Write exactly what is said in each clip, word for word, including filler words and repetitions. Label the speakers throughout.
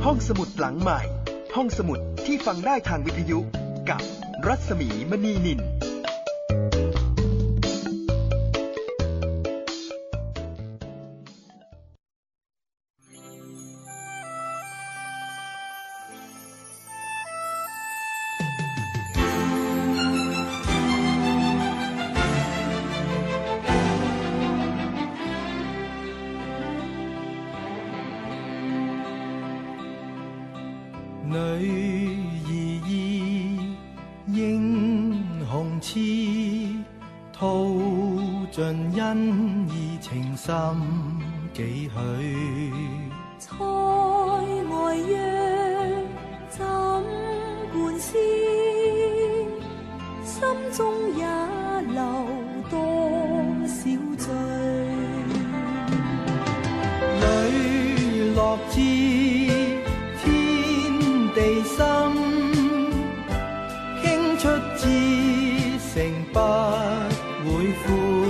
Speaker 1: ห้องสมุดหลังใหม่ห้องสมุดที่ฟังได้ทางวิทยุกับรัศมีมณีนิน
Speaker 2: 心幾許
Speaker 3: 塞外約怎灌輸心中也留多少醉
Speaker 2: 磊落至天地心傾出至誠不會悔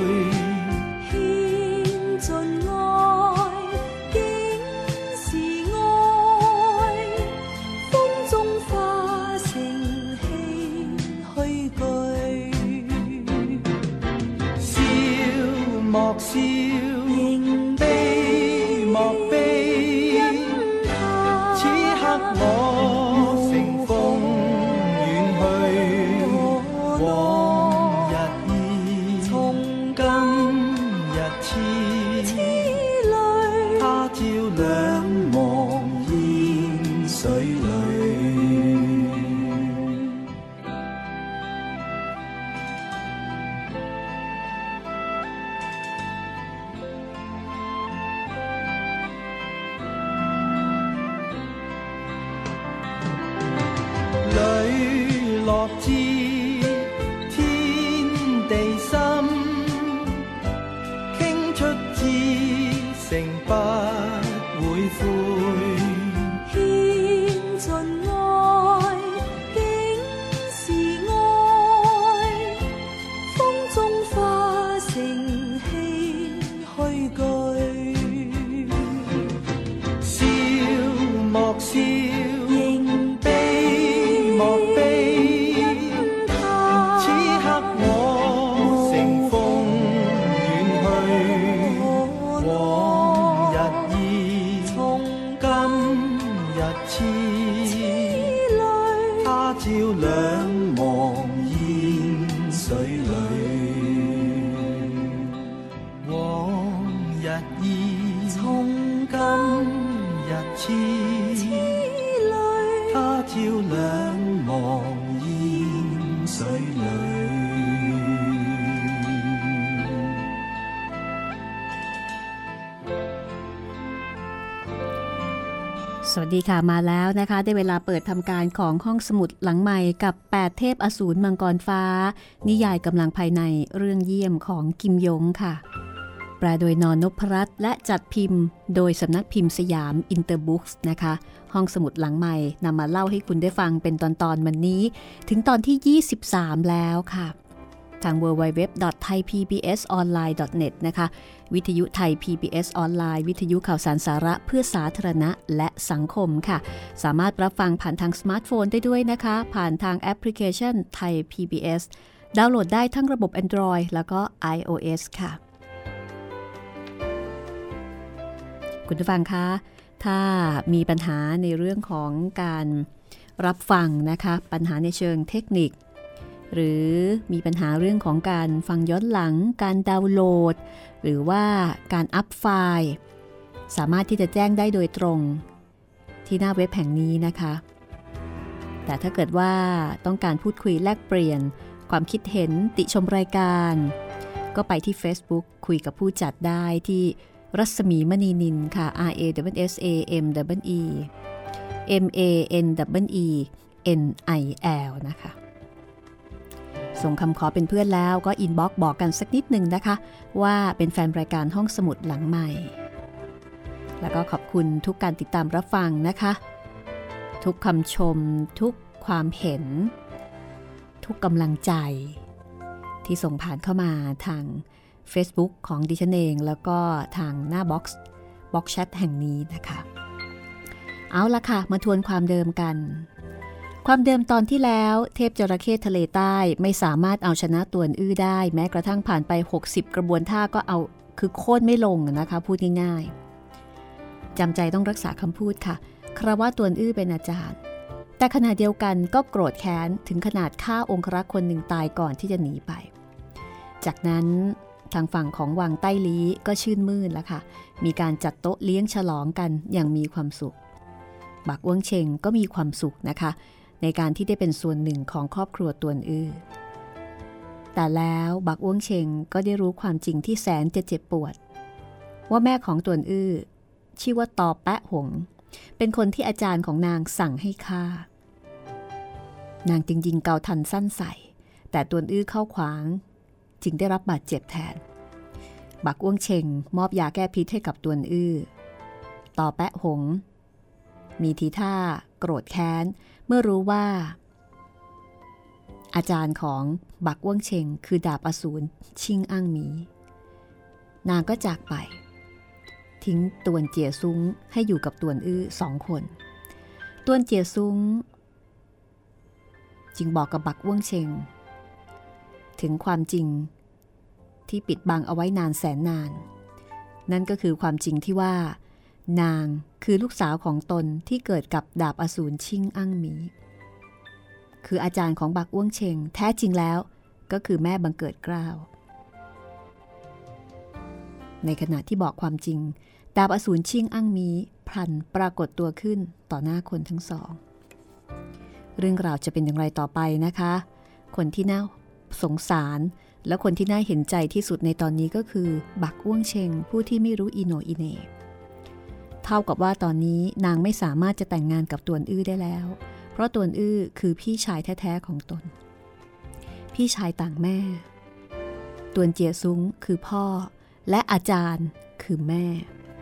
Speaker 2: 笑仍悲莫悲，此刻我乘風遠去，往日意從今日痴淚，他朝兩忘煙水裏。至天地心傾出至誠不會悔
Speaker 3: 獻盡愛竟是愛風中化成氣虛句
Speaker 2: 笑莫笑
Speaker 4: สวัสดีค่ะมาแล้วนะคะได้เวลาเปิดทำการของห้องสมุดหลังใหม่กับแปดเทพอสูรมังกรฟ้านิยายกำลังภายในเรื่องเยี่ยมของกิมยงค่ะแปลโดยนนพรัตน์และจัดพิมพ์โดยสำนักพิมพ์สยามอินเตอร์บุ๊กส์นะคะห้องสมุดหลังใหม่นำมาเล่าให้คุณได้ฟังเป็นตอนๆวันนี้ถึงตอนที่ยี่สิบสามแล้วค่ะทาง ดับเบิลยู ดับเบิลยู ดับเบิลยู ดอท ไทย พี บี เอส ออนไลน์ ดอท เน็ต นะคะวิทยุไทย พี บี เอส ออนไลน์วิทยุข่าวสารสาระเพื่อสาธารณะและสังคมค่ะสามารถรับฟังผ่านทางสมาร์ทโฟนได้ด้วยนะคะผ่านทางแอปพลิเคชันไทย พี บี เอส ดาวน์โหลดได้ทั้งระบบ Android แล้วก็ iOS ค่ะคุณผู้ฟังคะถ้ามีปัญหาในเรื่องของการรับฟังนะคะปัญหาในเชิงเทคนิคหรือมีปัญหาเรื่องของการฟังย้อนหลังการดาวน์โหลดหรือว่าการอัพไฟล์สามารถที่จะแจ้งได้โดยตรงที่หน้าเว็บแห่งนี้นะคะแต่ถ้าเกิดว่าต้องการพูดคุยแลกเปลี่ยนความคิดเห็นติชมรายการก็ไปที่ Facebook คุยกับผู้จัดได้ที่รัศมีมณีนินค่ะ R A S S A M E M A N E N I L นะคะส่งคำขอเป็นเพื่อนแล้วก็อินบ็อกซ์บอกกันสักนิดหนึ่งนะคะว่าเป็นแฟนรายการห้องสมุดหลังใหม่แล้วก็ขอบคุณทุกการติดตามรับฟังนะคะทุกคำชมทุกความเห็นทุกกำลังใจที่ส่งผ่านเข้ามาทาง Facebook ของดิฉันเองแล้วก็ทางหน้าบ็อกซ์บ็อกซ์แชทแห่งนี้นะคะเอาละค่ะมาทวนความเดิมกันความเดิมตอนที่แล้วเทพจระเข้ทะเลใต้ไม่สามารถเอาชนะตวนอื้อได้แม้กระทั่งผ่านไปหกสิบกระบวนท่าก็เอาคือโค่นไม่ลงนะคะพูดง่ายๆจำใจต้องรักษาคำพูดค่ะคารวะตวนอื้อเป็นอาจารย์แต่ขณะเดียวกันก็โกรธแค้นถึงขนาดฆ่าองครักษ์คนหนึ่งตายก่อนที่จะหนีไปจากนั้นทางฝั่งของวังใต้ลี้ก็ชื่นมื่นแล้วค่ะมีการจัดโต๊ะเลี้ยงฉลองกันอย่างมีความสุขบักอ้วงเชงก็มีความสุขนะคะในการที่ได้เป็นส่วนหนึ่งของครอบครัวตวนอื้อแต่แล้วบักอ้วงเชงก็ได้รู้ความจริงที่แสนจะเจ็บปวดว่าแม่ของตวนอื้อชื่อว่าตอแปะหงเป็นคนที่อาจารย์ของนางสั่งให้ฆ่านางจึงยิงเกาทันสั้นใส่แต่ตวนอื้อเข้าขวางจึงได้รับบาดเจ็บแทนบักอ้วงเชงมอบยาแก้พิษให้กับตวนอื้อต่อแปะหงมีทีท่าโกรธแค้นเมื่อรู้ว่าอาจารย์ของบักอ้วงเชงคือดาบอสูรชิงอั้งหมีนางก็จากไปทิ้งตวนเจียซุ้งให้อยู่กับตวนอื้อสองคนตวนเจียซุ้งจึงบอกกับบักอ้วงเชงถึงความจริงที่ปิดบังเอาไว้นานแสนนานนั่นก็คือความจริงที่ว่านางคือลูกสาวของตนที่เกิดกับดาบอสูรชิงอั้งหมีคืออาจารย์ของบักอ้วงเชงแท้จริงแล้วก็คือแม่บังเกิดเกล้าในขณะที่บอกความจริงดาบอสูรชิงอั้งหมีพลันปรากฏตัวขึ้นต่อหน้าคนทั้งสองเรื่องราวจะเป็นอย่างไรต่อไปนะคะคนที่น่าสงสารและคนที่น่าเห็นใจที่สุดในตอนนี้ก็คือบักอ้วงเชงผู้ที่ไม่รู้อีโหนอีเหน่เท่ากับว่าตอนนี้นางไม่สามารถจะแต่งงานกับตวนอื้อได้แล้วเพราะตวนอื้อคือพี่ชายแท้ๆของตนพี่ชายต่างแม่ตวนเจียซุ้งคือพ่อและอาจารย์คือแม่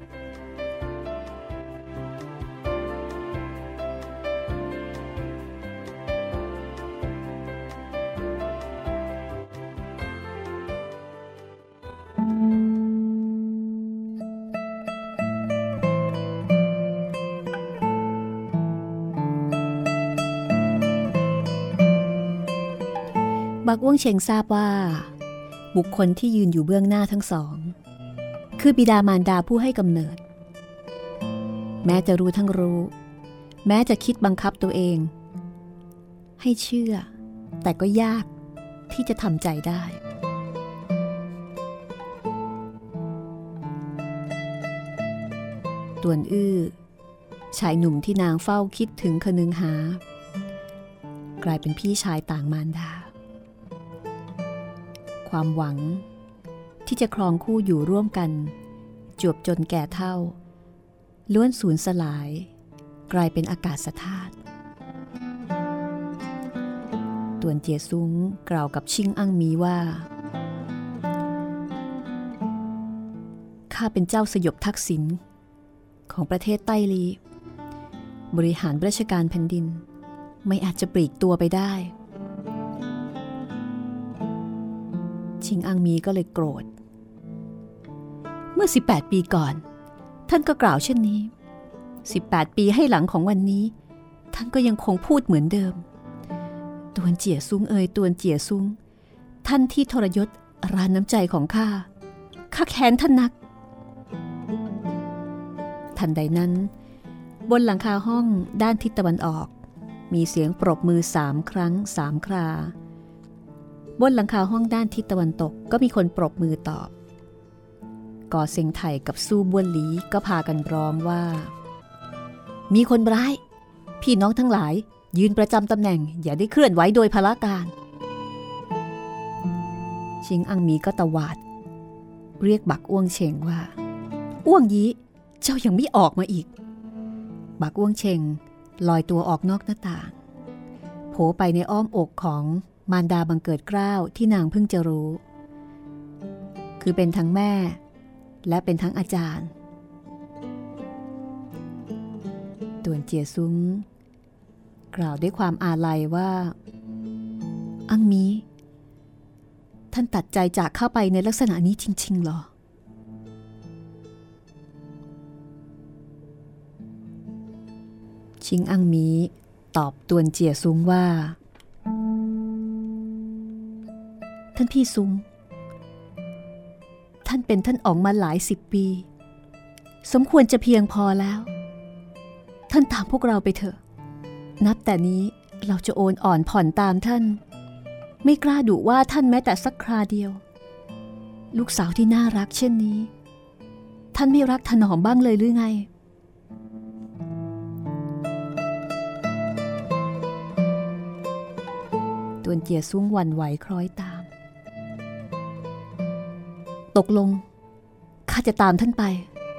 Speaker 4: บักอ้วงเชงทราบว่าบุคคลที่ยืนอยู่เบื้องหน้าทั้งสองคือบิดามารดาผู้ให้กำเนิดแม้จะรู้ทั้งรู้แม้จะคิดบังคับตัวเองให้เชื่อแต่ก็ยากที่จะทำใจได้ตวนอื้อชายหนุ่มที่นางเฝ้าคิดถึงคนึงหากลายเป็นพี่ชายต่างมารดาความหวังที่จะครองคู่อยู่ร่วมกันจวบจนแก่เฒ่าล้วนสูญสลายกลายเป็นอากาศธาตุตวนเจียซุ้งกล่าวกับชิงอั้งหมีว่าข้าเป็นเจ้าสยบทักษิณของประเทศไต้ลีบริหารราชการแผ่นดินไม่อาจจะปลีกตัวไปได้ชิงอั้งหมีก็เลยโกรธเมื่อสิบแปดปีก่อนท่านก็กล่าวเช่นนี้สิบแปดปีให้หลังของวันนี้ท่านก็ยังคงพูดเหมือนเดิมตวนเจียซุ้งเอ่ยตวนเจียซุ้งท่านที่ทรยศรานน้ำใจของข้าข้าแค้นท่านนักทันใดนั้นบนหลังคาห้องด้านทิศตะวันออกมีเสียงปรบมือสามครั้งสามคราบนหลังคาห้องด้านทิศตะวันตกก็มีคนปรบมือตอบก่อเซ็งไถ่กับซูบ้วนหลีก็พากันร้องว่ามีคนร้ายพี่น้องทั้งหลายยืนประจำตำแหน่งอย่าได้เคลื่อนไหวโดยพละการชิงอั้งหมีก็ตวาดเรียกบักอ้วงเชงว่าอ้วงยี้เจ้ายังไม่ออกมาอีกบักอ้วงเชงลอยตัวออกนอกหน้าต่างโผล่ไปในอ้อมอกของมารดาบังเกิดเกล้าที่นางเพิ่งจะรู้คือเป็นทั้งแม่และเป็นทั้งอาจารย์ตวนเจียซุ้งกล่าวด้วยความอาลัยว่าอั้งหมีท่านตัดใจจากเข้าไปในลักษณะนี้จริงๆหรอชิงอังมีตอบตวนเจียซุงว่าท่านพี่ซุงท่านเป็นท่านอ๋องมาหลายสิบปีสมควรจะเพียงพอแล้วท่านตามพวกเราไปเถอะนับแต่นี้เราจะโอนอ่อนผ่อนตามท่านไม่กล้าดุว่าท่านแม้แต่สักคราเดียวลูกสาวที่น่ารักเช่นนี้ท่านไม่รักถนอมบ้างเลยหรือไงตวนเจียซุ้งหวั่นไหวคล้อยตามตกลงข้าจะตามท่านไป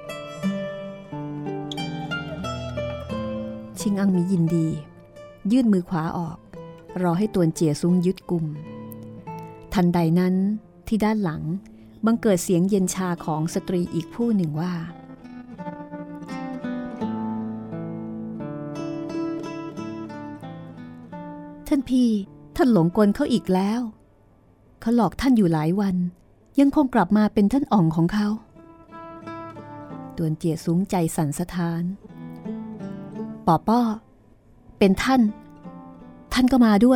Speaker 4: ชิงอังมียินดียื่นมือขวาออกรอให้ตวนเจียซุ้งยึดกุมทันใดนั้นที่ด้านหลังบังเกิดเสียงเย็นชาของสตรีอีกผู้หนึ่งว่าท่านพี่ท่านหลงกลเขาอีกแล้วเขาหลอกท่านอยู่หลายวันยังคงกลับมาเป็นท่านอ่องของเขาตวนเจียซุ้งใจสั่นสะท้านป่อป้อเป็นท่านท่านก็มาด้วย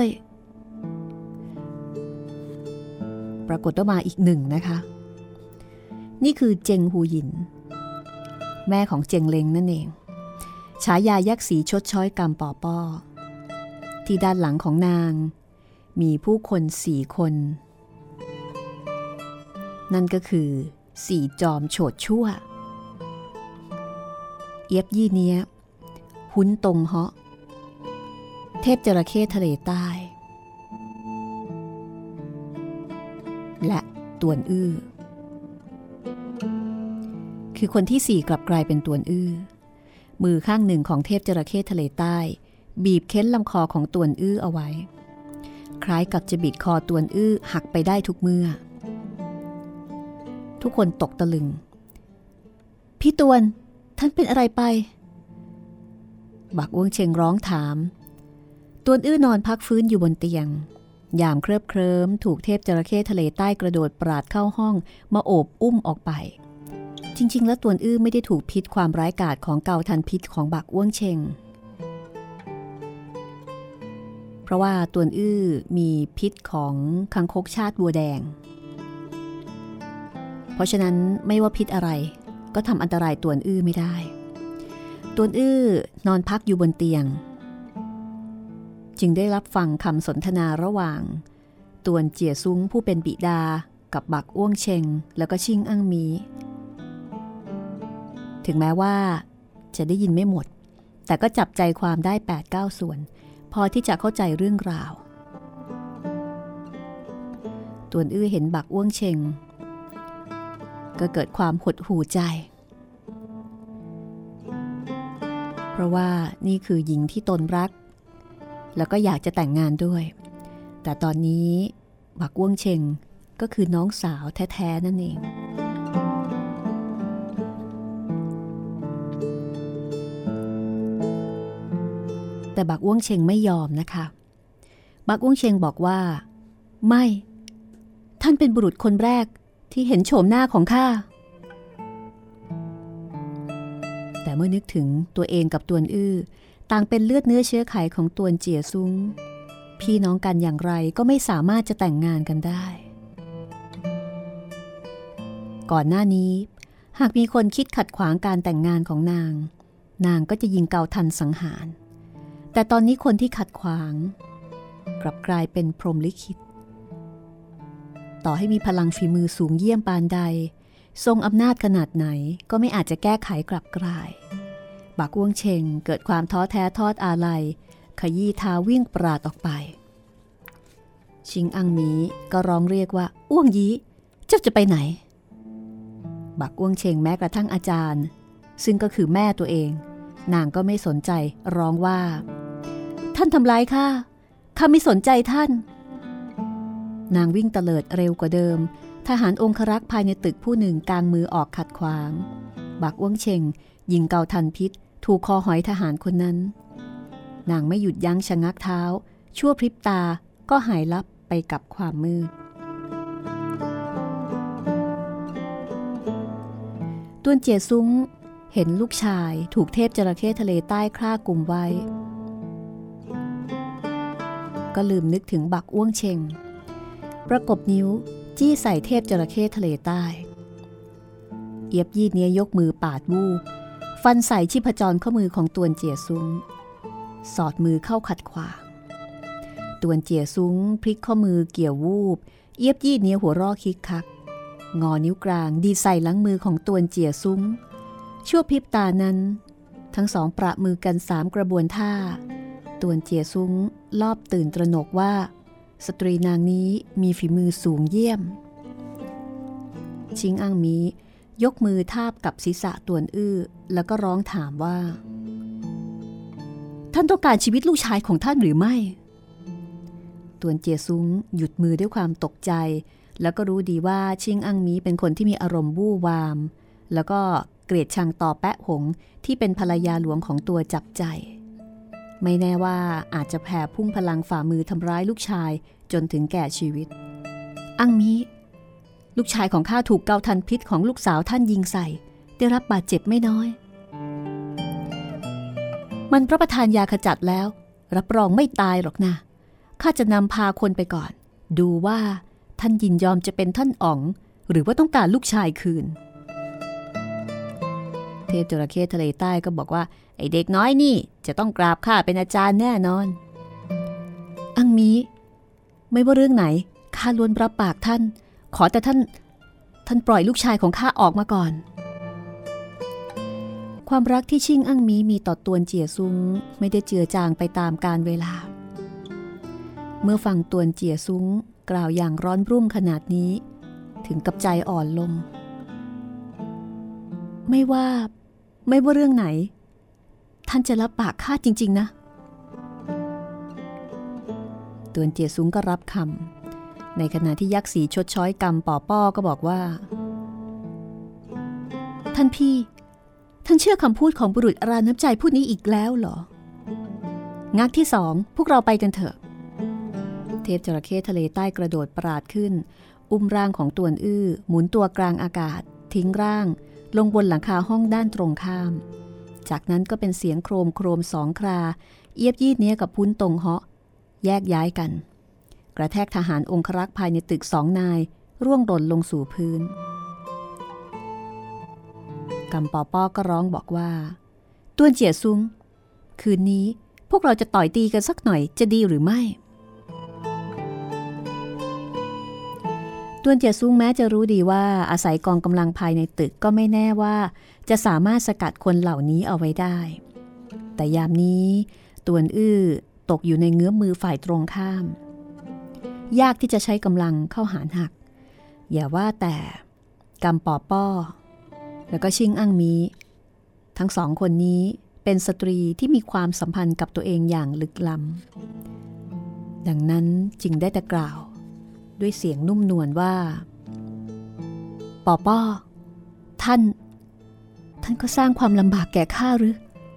Speaker 4: ปรากฏว่ามาอีกหนึ่งนะคะนี่คือเจงหูหยินแม่ของเจงเล็งนั่นเองฉายายักษ์สีชดช้อยกรรมป่อป้อที่ด้านหลังของนางมีผู้คนสี่คนนั่นก็คือสี่จอมโฉดชั่วเอียบยี่เนี้ยหุนตงเหาะเทพจระเข้ทะเลใต้และตวนอื้อคือคนที่สี่กลับกลายเป็นตวนอื้อมือข้างหนึ่งของเทพจระเข้ทะเลใต้บีบเค้นลำคอของตวนอื้อเอาไว้คล้ายกับจะบิดคอตวนอื้อหักไปได้ทุกเมื่อทุกคนตกตะลึงพี่ตวนท่านเป็นอะไรไปบักอ้วงเชงร้องถามตวนอื้อนอนพักฟื้นอยู่บนเตียงยามเคลิบเคลิ้มถูกเทพจระเข้ทะเลใต้กระโดดปราดเข้าห้องมาโอบอุ้มออกไปจริงๆแล้วตวนอื้อไม่ได้ถูกพิษความร้ายกาจของเกาทันพิษของบักอ้วงเชงเพราะว่าตวนอื้อมีพิษของคังคกชาติบัวแดงเพราะฉะนั้นไม่ว่าพิษอะไรก็ทำอันตรายตวนอื้อไม่ได้ตวนอื้อนอนพักอยู่บนเตียงจึงได้รับฟังคำสนทนาระหว่างตวนเจียซุ้งผู้เป็นบิดากับบักอ้วงเชงแล้วก็ชิงอั้งมีถึงแม้ว่าจะได้ยินไม่หมดแต่ก็จับใจความได้ แปดเก้า ส่วนพอที่จะเข้าใจเรื่องราวตวนอื้อเห็นบักอ้วงเชงก็เกิดความหดหู่ใจเพราะว่านี่คือหญิงที่ตนรักแล้วก็อยากจะแต่งงานด้วยแต่ตอนนี้บักอ้วงเชงก็คือน้องสาวแท้ๆนั่นเองแต่บักอ้วงเชงไม่ยอมนะคะบักอ้วงเชงบอกว่าไม่ท่านเป็นบุรุษคนแรกที่เห็นโฉมหน้าของข้าแต่เมื่อนึกถึงตัวเองกับตวนอื้อต่างเป็นเลือดเนื้อเชื้อไขของตวนเจียซุ้งพี่น้องกันอย่างไรก็ไม่สามารถจะแต่งงานกันได้ก่อนหน้านี้หากมีคนคิดขัดขวางการแต่งงานของนางนางก็จะยิงเกาทันสังหารแต่ตอนนี้คนที่ขัดขวางกลับกลายเป็นพรหมลิขิตต่อให้มีพลังฝีมือสูงเยี่ยมปานใดทรงอำนาจขนาดไหนก็ไม่อาจจะแก้ไขกลับกลายบักอ้วงเชงเกิดความท้อแท้ทอดอาลัยขยี้เท้าวิ่งปราดออกไปชิงอังมีก็ร้องเรียกว่าอ้วงยี้เจ้าจะไปไหนบักอ้วงเชงแม้กระทั่งอาจารย์ซึ่งก็คือแม่ตัวเองนางก็ไม่สนใจร้องว่าท่านทำร้ายข้าข้าไม่สนใจท่านนางวิ่งเตลิดเร็วกว่าเดิมทหารองครักษ์ภายในตึกผู้หนึ่งกางมือออกขัดขวางบักอ้วงเชงยิงเกาทันพิษถูกคอหอยทหารคนนั้นนางไม่หยุดยั้งชะงักเท้าชั่วพริบตาก็หายลับไปกับความมืดตวนเจียซุ้งเเห็นลูกชายถูกเทพจระเข้ทะเลใต้คร่ากุมไว้ก็ลืมนึกถึงบักอ้วงเชงประกบนิ้วจี้ใส่เทพจระเข้ทะเลใต้เอียบยีดเนี้ยยกมือปาดวูบฟันใส่ชีพจรข้อมือของตวนเจียซุ้งสอดมือเข้าขัดขวางตวนเจียซุ้งพลิกข้อมือเกี่ยววูบเอียบยีดเนี้ยหัวเราะคิกคักงอนิ้วกลางดีใส่หลังมือของตวนเจียซุ้งชั่วพริบตานั้นทั้งสองประมือกันสามกระบวนท่าตวนเจียซุ้งรอบตื่นตระหนกว่าสตรีนางนี้มีฝีมือสูงเยี่ยมชิงอังมียกมือทาบกับศีรษะตวนอื้อแล้วก็ร้องถามว่าท่านต้องการชีวิตลูกชายของท่านหรือไม่ตวนเจียซุ้งหยุดมือด้วยความตกใจแล้วก็รู้ดีว่าชิงอังมีเป็นคนที่มีอารมณ์วู่วามแล้วก็เกลียดชังต่อแปะหงที่เป็นภรรยาหลวงของตัวจับใจไม่แน่ว่าอาจจะแผ่พุ่งพลังฝ่ามือทำร้ายลูกชายจนถึงแก่ชีวิตอังมีลูกชายของข้าถูกเกาทันพิษของลูกสาวท่านยิงใส่ได้รับบาดเจ็บไม่น้อยมันรับประทานยาขจัดแล้วรับรองไม่ตายหรอกนะข้าจะนำพาคนไปก่อนดูว่าท่านยินยอมจะเป็นท่านอ๋องหรือว่าต้องการลูกชายคืนเทพจระเข้ทะเลใต้ก็บอกว่าไอเด็กน้อยนี่จะต้องกราบข้าเป็นอาจารย์แน่นอนอังมีไม่ว่าเรื่องไหนข้าล้วนรับปากท่านขอแต่ท่านท่านปล่อยลูกชายของข้าออกมาก่อนความรักที่ชิงอังมีมีต่อตวนเจียซุ้งไม่ได้เจือจางไปตามกาลเวลาเมื่อฟังตวนเจียซุ้งกล่าวอย่างร้อนรุ่มขนาดนี้ถึงกับใจอ่อนลงไม่ว่าไม่ว่าเรื่องไหนท่านจะรับปากข้าจริงๆนะตวนเจียซุ้งก็รับคำในขณะที่ยักษ์สีชดช้อยกรรมป่อป้อก็บอกว่าท่านพี่ท่านเชื่อคำพูดของบุรุษอราน้ำใจผู้นี้อีกแล้วเหรองักที่สองพวกเราไปกันเถอะเทพจระเข้ทะเลใต้กระโดดปราดขึ้นอุ้มร่างของตวนอื้อหมุนตัวกลางอากาศทิ้งร่างลงบนหลังคาห้องด้านตรงข้ามจากนั้นก็เป็นเสียงโครมโครมสองคราเอียบยีดเนี้ยกับพุ้นตงเหาะแยกย้ายกันกระแทกทหารองครักษ์ภายในตึกสองนายร่วงหล่นลงสู่พื้นกำปอป้อก็ร้องบอกว่าตวนเจียซุ้งคืนนี้พวกเราจะต่อยตีกันสักหน่อยจะดีหรือไม่ตวนเจียซุ้งแม้จะรู้ดีว่าอาศัยกองกำลังภายในตึกก็ไม่แน่ว่าจะสามารถสกัดคนเหล่านี้เอาไว้ได้แต่ยามนี้ตวนอื้อตกอยู่ในเงื้อมมือฝ่ายตรงข้ามยากที่จะใช้กำลังเข้าหาหักอย่าว่าแต่กำปอป้อแล้วก็ชิงอั้งมีทั้งสองคนนี้เป็นสตรีที่มีความสัมพันธ์กับตัวเองอย่างลึกล้ำดังนั้นจึงได้แต่กล่าวด้วยเสียงนุ่มนวลว่าปอป้อท่านท่านก็สร้างความลำบากแก่ข้าหรือ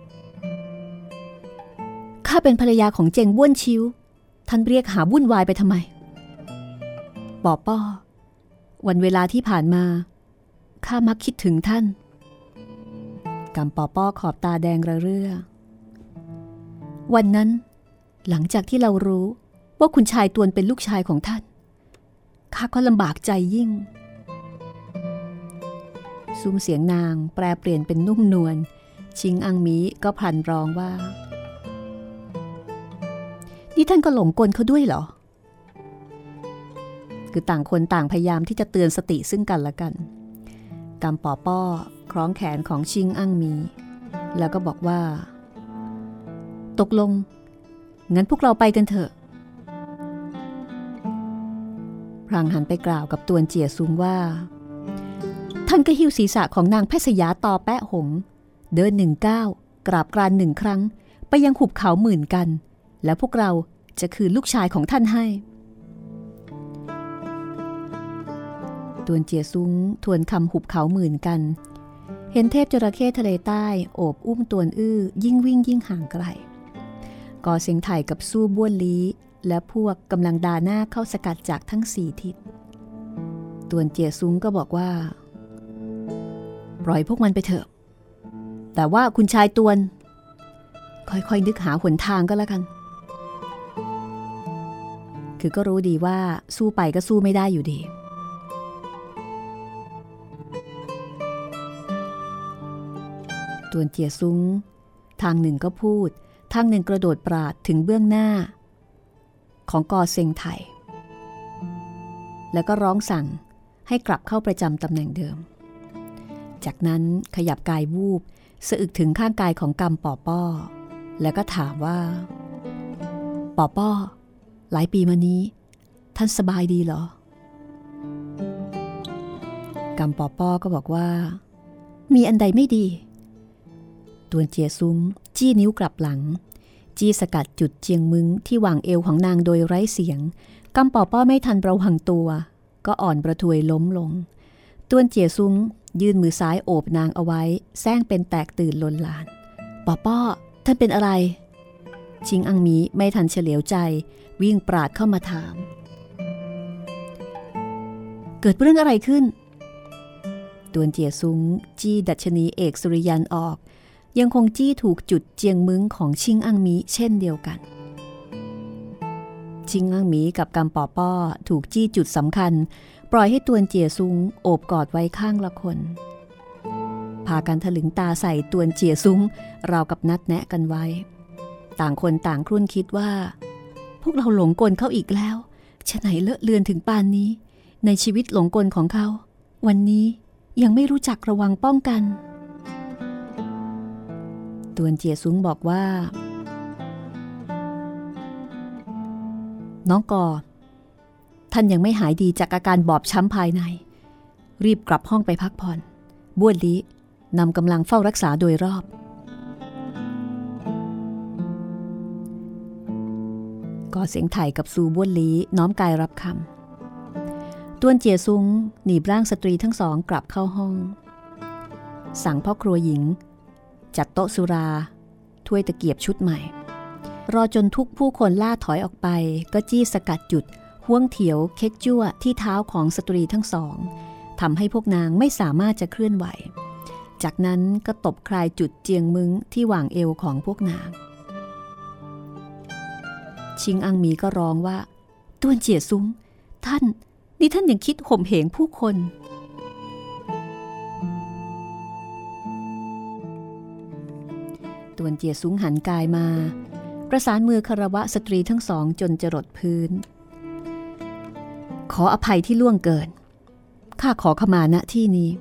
Speaker 4: ข้าเป็นภรรยาของเจงบ้วนชิวท่านเรียกหาวุ่นวายไปทำไมปอป้อวันเวลาที่ผ่านมาข้ามักคิดถึงท่านกำปอป้อขอบตาแดงระเรื่อวันนั้นหลังจากที่เรารู้ว่าคุณชายตวนเป็นลูกชายของท่านข้าก็ลำบากใจยิ่งซุ้มเสียงนางแปรเปลี่ยนเป็นนุ่มนวลชิงอังมีก็พลันร้องว่านี่ท่านก็หลงกลเขาด้วยเหรอคือต่างคนต่างพยายามที่จะเตือนสติซึ่งกันและกันกำปอป้อคล้องแขนของชิงอังมีแล้วก็บอกว่าตกลงงั้นพวกเราไปกันเถอะพลางหันไปกล่าวกับตวนเจียซุ้งว่าท่านก็หิ้วศีรษะของนางแพทย์สยาตอแปะหงเดินหนึ่งก้าวกราบกรานหนึ่งครั้งไปยังหุบเขาหมื่นกันแล้วพวกเราจะคืนลูกชายของท่านให้ตวนเจียซุ้งทวนคำหุบเขาหมื่นกันเห็นเทพจระเข้ทะเลใต้โอบอุ้มตวนอื้อยิ่งวิ่งยิ่งห่างไกลกอเซ็งไถ่กับสู้บ้วนลี้และพวกกำลังดาหน้าเข้าสกัดจากทั้งสี่ทิศตวนเจียซุ้งก็บอกว่าปล่อยพวกมันไปเถอะแต่ว่าคุณชายตวนค่อยๆนึกหาหนทางก็แล้วกันคือก็รู้ดีว่าสู้ไปก็สู้ไม่ได้อยู่ดีตวนเจียซุ้งทางหนึ่งก็พูดทางหนึ่งกระโดดปราดถึงเบื้องหน้าของกอเซ็งไถแล้วก็ร้องสั่งให้กลับเข้าประจำตำแหน่งเดิมจากนั้นขยับกายวูบสะอึกถึงข้างกายของกำปอป้อแล้วก็ถามว่าปอป้อหลายปีมานี้ท่านสบายดีเหรอกำปอป้อก็บอกว่ามีอันใดไม่ดีตวนเจียซุ้งจี้นิ้วกลับหลังจี้สกัดจุดเจียงมึงที่วางเอวของนางโดยไร้เสียงกำปอป้อไม่ทันระวังตัวก็อ่อนประทวยล้มลงตวนเจียซุ้งยื่นมือซ้ายโอบนางเอาไว้แซงเป็นแตกตื่นลนลานปอป้อท่านเป็นอะไรชิงอังมีไม่ทันเฉลียวใจวิ่งปราดเข้ามาถามเกิดเรื่องอะไรขึ้นตวนเจียซุ้งจี้ดัชนีเอกสุริยันออกยังคงจี้ถูกจุดเจียงมึงของชิงอังมีเช่นเดียวกันชิงอังมีกับกำปอป้อถูกจี้จุดสำคัญปล่อยให้ตวนเจียซุ้งโอบกอดไว้ข้างละคนพากันถลึงตาใส่ตวนเจียซุ้งราวกับนัดแนะกันไว้ต่างคนต่างครุ่นคิดว่าพวกเราหลงกลเขาอีกแล้วฉะไหนเลอะเลือนถึงปานนี้ในชีวิตหลงกลของเขาวันนี้ยังไม่รู้จักระวังป้องกันตวนเจียซุ้งบอกว่าน้องกอท่านยังไม่หายดีจากอาการบอบช้ำภายในรีบกลับห้องไปพักผ่อนบ้วนลี้นำกำลังเฝ้ารักษาโดยรอบกอเสียงไถ่กับซูบ้วนลี้น้อมกายรับคำตวนเจียซุ้งหนีบร่างสตรีทั้งสองกลับเข้าห้องสั่งพ่อครัวหญิงจัดโต๊ะสุราถ้วยตะเกียบชุดใหม่รอจนทุกผู้คนล่าถอยออกไปก็จี้สกัดจุดห้วงเถียวเค้กจั่วที่เท้าของสตรีทั้งสองทำให้พวกนางไม่สามารถจะเคลื่อนไหวจากนั้นก็ตบคลายจุดเจียงมึงที่หว่างเอวของพวกนางชิงอังมีก็ร้องว่าตวนเจียซุ้งท่านนี่ท่านยังคิดข่มเหงผู้คนตวนเจียซุ้งหันกายมาประสานมือคารวะสตรีทั้งสองจนจรดพื้นขออภัยที่ล่วงเกินข้าขอขมาณที่นี้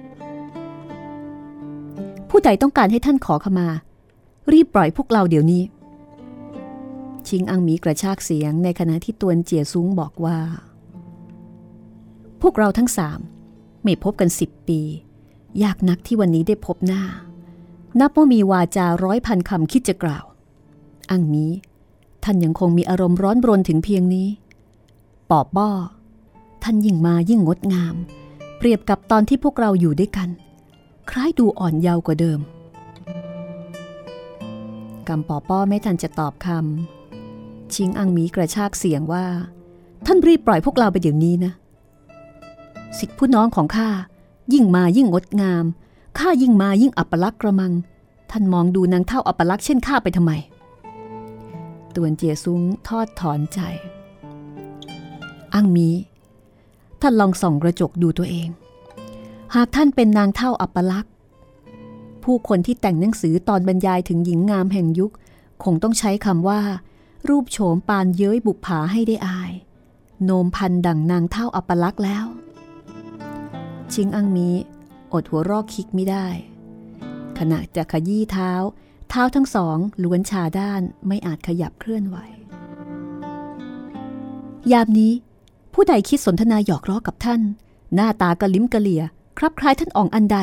Speaker 4: ผู้ใดต้องการให้ท่านขอขมารีบปล่อยพวกเราเดี๋ยวนี้ชิงอังมีกระชากเสียงในขณะที่ตวนเจียซุ้งบอกว่าพวกเราทั้งสามไม่พบกันสิบปียากนักที่วันนี้ได้พบหน้านับว่ามีวาจาร้อยพันคำคิดจะกล่าวอังมีท่านยังคงมีอารมณ์ร้อนรนถึงเพียงนี้ปอบบ้อท่านยิ่งมายิ่งงดงามเปรียบกับตอนที่พวกเราอยู่ด้วยกันคล้ายดูอ่อนเยาว์กว่าเดิมกำปอป้อไม่ทันจะตอบคำชิงอังมีกระชากเสียงว่าท่านรีบปล่อยพวกเราไปเดี๋ยวนี้นะสิทธิผู้น้องของข้ายิ่งมายิ่งงดงามข้ายิ่งมายิ่งอัปลักษณ์กระมังท่านมองดูนางเท่าอัปลักษณ์เช่นข้าไปทำไมตวนเจียซุ้งทอดถอนใจอังมีท่านลองส่องกระจกดูตัวเองหากท่านเป็นนางเท่าอัปลักษณ์ผู้คนที่แต่งหนังสือตอนบรรยายถึงหญิงงามแห่งยุคคงต้องใช้คำว่ารูปโฉมปานเย้ยบุปผาให้ได้อายโนมพันดั่งนางเท่าอัปลักษณ์แล้วชิงอังมีอดหัวรอกคิกไม่ได้ขณะจะขยี้เท้าเท้าทั้งสองล้วนชาด้านไม่อาจขยับเคลื่อนไหวยามนี้ผู้ใดคิดสนทนาหยอกล้อกับท่านหน้าตากระลิ้มกระเหลี่ยคลับคล้ายท่านอ่องอันใด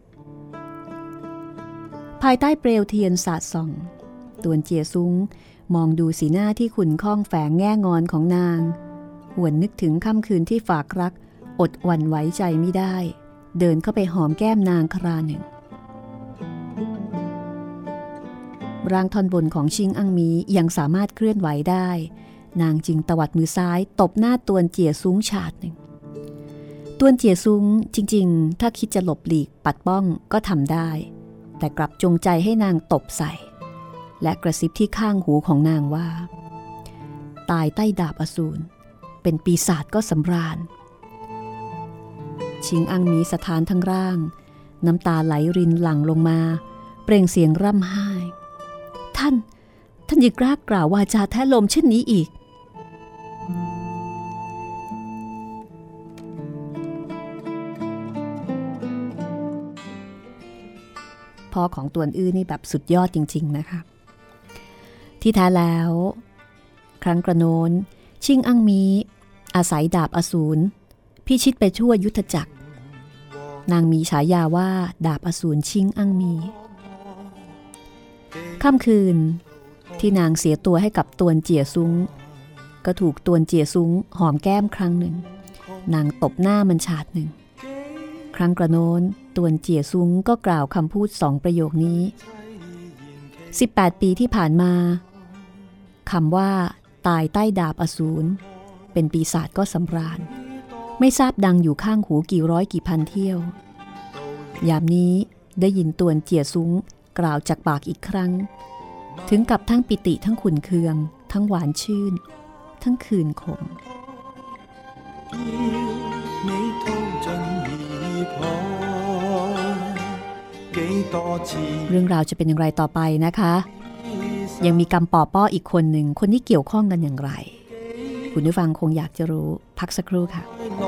Speaker 4: ภายใต้เปลวเทียนสาดส่องตวนเจียซุ้งมองดูสีหน้าที่ขุ่นข้องแฝงแง่งอนของนางหวนนึกถึงค่ำคืนที่ฝากรักอดหวั่นไหวใจไม่ได้เดินเข้าไปหอมแก้มนางคราหนึ่งร่างท่อนบนของชิงอังมียังสามารถเคลื่อนไหวได้นางจึงตวัดมือซ้ายตบหน้าตวนเจียซุ้งฉาดหนึ่งตวนเจียซุ้งจริงๆถ้าคิดจะหลบหลีกปัดป้องก็ทำได้แต่กลับจงใจให้นางตบใส่และกระซิบที่ข้างหูของนางว่าตายใต้ดาบอสูรเป็นปีศาจก็สำราญชิงอังมีสถานทั้งร่างน้ำตาไหลรินหลั่งลงมาเปล่งเสียงร่ำไห้ท่านท่านอย่ากล้ากล่าววาจาแท้ลมเช่นนี้อีกพ่อของตวนอื้อนี่แบบสุดยอดจริงๆนะคะที่แท้แล้วครั้งกระโน้นชิงอังมีอาศัยดาบอสูรพิชิตไปทั่วยุทธจักรนางมีฉายาว่าดาบอสูรชิงอังมีค่ำคืนที่นางเสียตัวให้กับตวนเจี๋ยซุ้งก็ถูกตวนเจี๋ยซุ้งหอมแก้มครั้งหนึ่งนางตบหน้ามันฉาดหนึ่งครั้งกระโน้นตวนเจี๋ยซุ้งก็กล่าวคำพูดสองประโยคนี้สิบแปดปีที่ผ่านมาคำว่าตายใต้ดาบอสูรเป็นปีศาจก็สำราญไม่ทราบดังอยู่ข้างหูกี่ร้อยกี่พันเที่ยวยามนี้ได้ยินตวนเจี๋ยซุ้งกล่าวจากปากอีกครั้งถึงกับทั้งปิติทั้งขุ่นเคืองทั้งหวานชื่นทั้งคืนขมเรื่องราวจะเป็นอย่างไรต่อไปนะคะยังมีกำปอป้ออีกคนหนึ่งคนที่เกี่ยวข้องกันอย่างไรคุณผู้ฟังคงอยากจะรู้พักสักครู่ค่ะ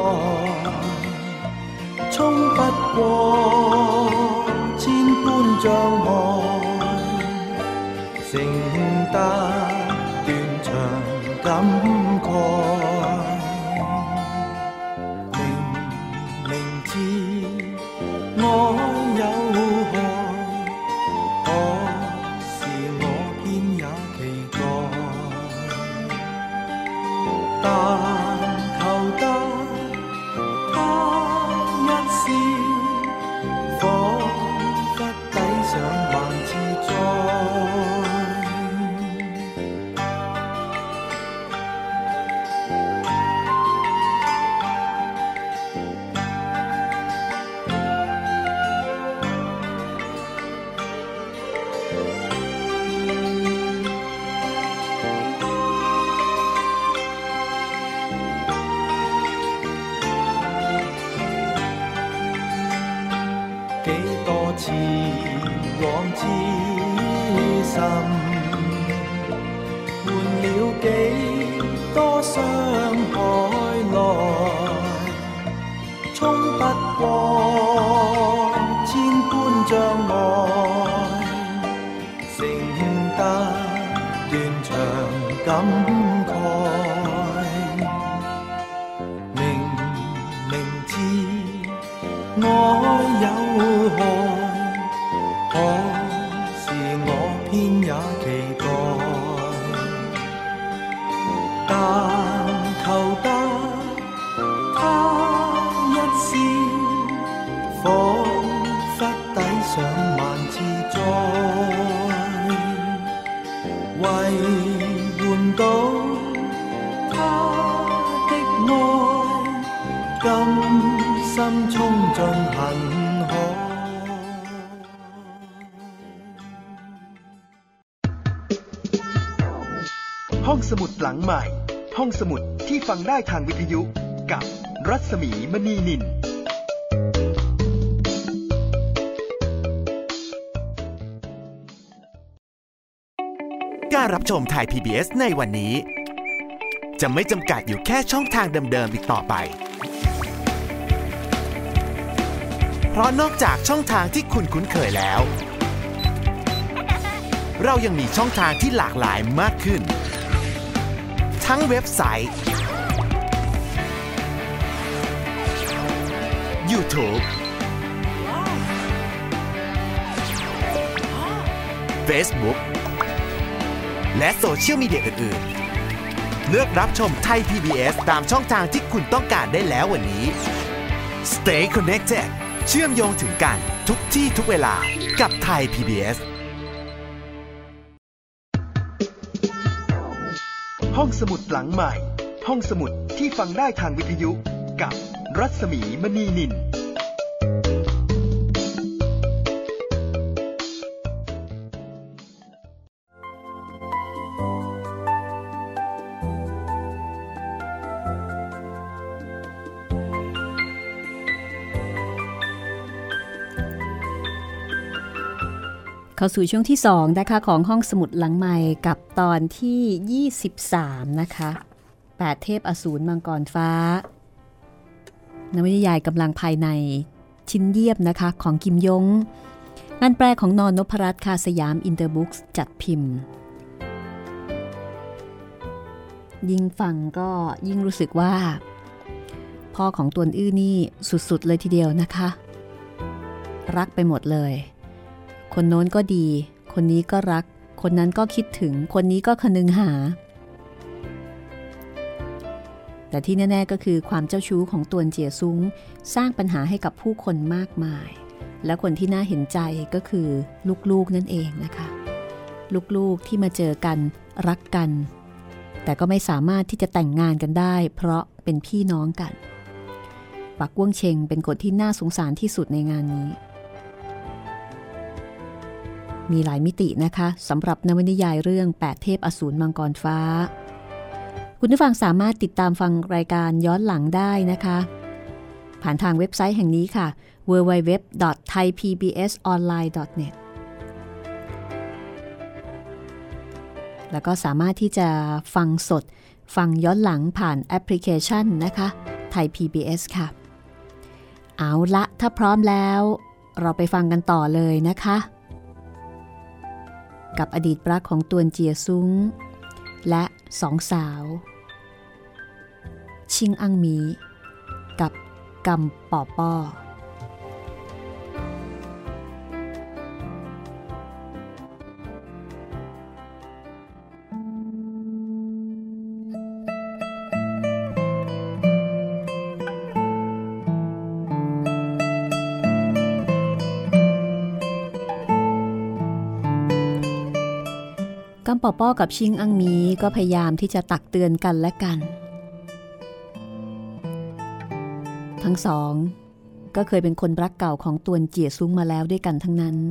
Speaker 2: 衝不過千般障礙，承擔斷腸感慨。明明知愛有害，可是我偏也期待，但求得他一笑，彷彿抵上萬次災。幾多次往之深，換了幾多傷害來，衝不過千般障礙，承擔斷腸感慨。明明知愛有害，可是我偏也期待，但求得他一笑，彷彿抵上萬次災，為換到他的愛，甘心衝進恨海。
Speaker 1: ห้องสมุดหลังใหม่ห้องสมุดที่ฟังได้ทางวิทยุกับรัศมีมณีนิน
Speaker 5: การรับชมไทย พี บี เอส ในวันนี้จะไม่จำกัดอยู่แค่ช่องทางเดิมๆอีกต่อไปเพราะนอกจากช่องทางที่คุณคุ้นเคยแล้วเรายังมีช่องทางที่หลากหลายมากขึ้นทั้งเว็บไซต์ YouTube Facebook และโซเชียลมีเดียอื่นๆเลือกรับชมไทย พี บี เอส ตามช่องทางที่คุณต้องการได้แล้ววันนี้ Stay connected เชื่อมโยงถึงกันทุกที่ทุกเวลากับไทย พี บี เอส
Speaker 1: ห้องสมุดหลังใหม่ห้องสมุดที่ฟังได้ทางวิทยุกับรัศมีมณีนิน
Speaker 4: เข้าสู่ช่วงที่สองนะคะของห้องสมุดหลังใหม่กับตอนที่ยี่สิบสามนะคะแปดเทพอสูรมังกรฟ้านวนิยายกำลังภายในชิ้นเยียบนะคะของกิมยงงานแปลของนน นพรัตน์ค่ะสยามอินเตอร์บุ๊กส์จัดพิมพ์ยิ่งฟังก็ยิ่งรู้สึกว่าพ่อของตวนอื้อนี่สุดๆเลยทีเดียวนะคะรักไปหมดเลยคนโน้นก็ดีคนนี้ก็รักคนนั้นก็คิดถึงคนนี้ก็คนึงหาแต่ที่แน่ๆก็คือความเจ้าชู้ของตวนเจียซุ้งสร้างปัญหาให้กับผู้คนมากมายและคนที่น่าเห็นใจก็คือลูกๆนั่นเองนะคะลูกๆที่มาเจอกันรักกันแต่ก็ไม่สามารถที่จะแต่งงานกันได้เพราะเป็นพี่น้องกันปักว้วงเชงเป็นคนที่น่าสงสารที่สุดในงานนี้มีหลายมิตินะคะสำหรับนวนิยายเรื่องแปดเทพอสูรมังกรฟ้าคุณผู้ฟังสามารถติดตามฟังรายการย้อนหลังได้นะคะผ่านทางเว็บไซต์แห่งนี้ค่ะ ดับเบิลยู ดับเบิลยู ดับเบิลยู ดอท ไทย พี บี เอส ออนไลน์ ดอท เน็ต แล้วก็สามารถที่จะฟังสดฟังย้อนหลังผ่านแอปพลิเคชันนะคะไทย พี บี เอส ค่ะเอาละถ้าพร้อมแล้วเราไปฟังกันต่อเลยนะคะกับอดีตรักของตวนเจียซุ้งและสองสาวชิงอังมีกับกำป่อป้อกำป่อป้อกับชิงอังมีก็พยายามที่จะตักเตือนกันและกันทั้งสองก็เคยเป็นคนรักเก่าของตวนเจียซุ้งมาแล้วด้วยกันทั้งนั้น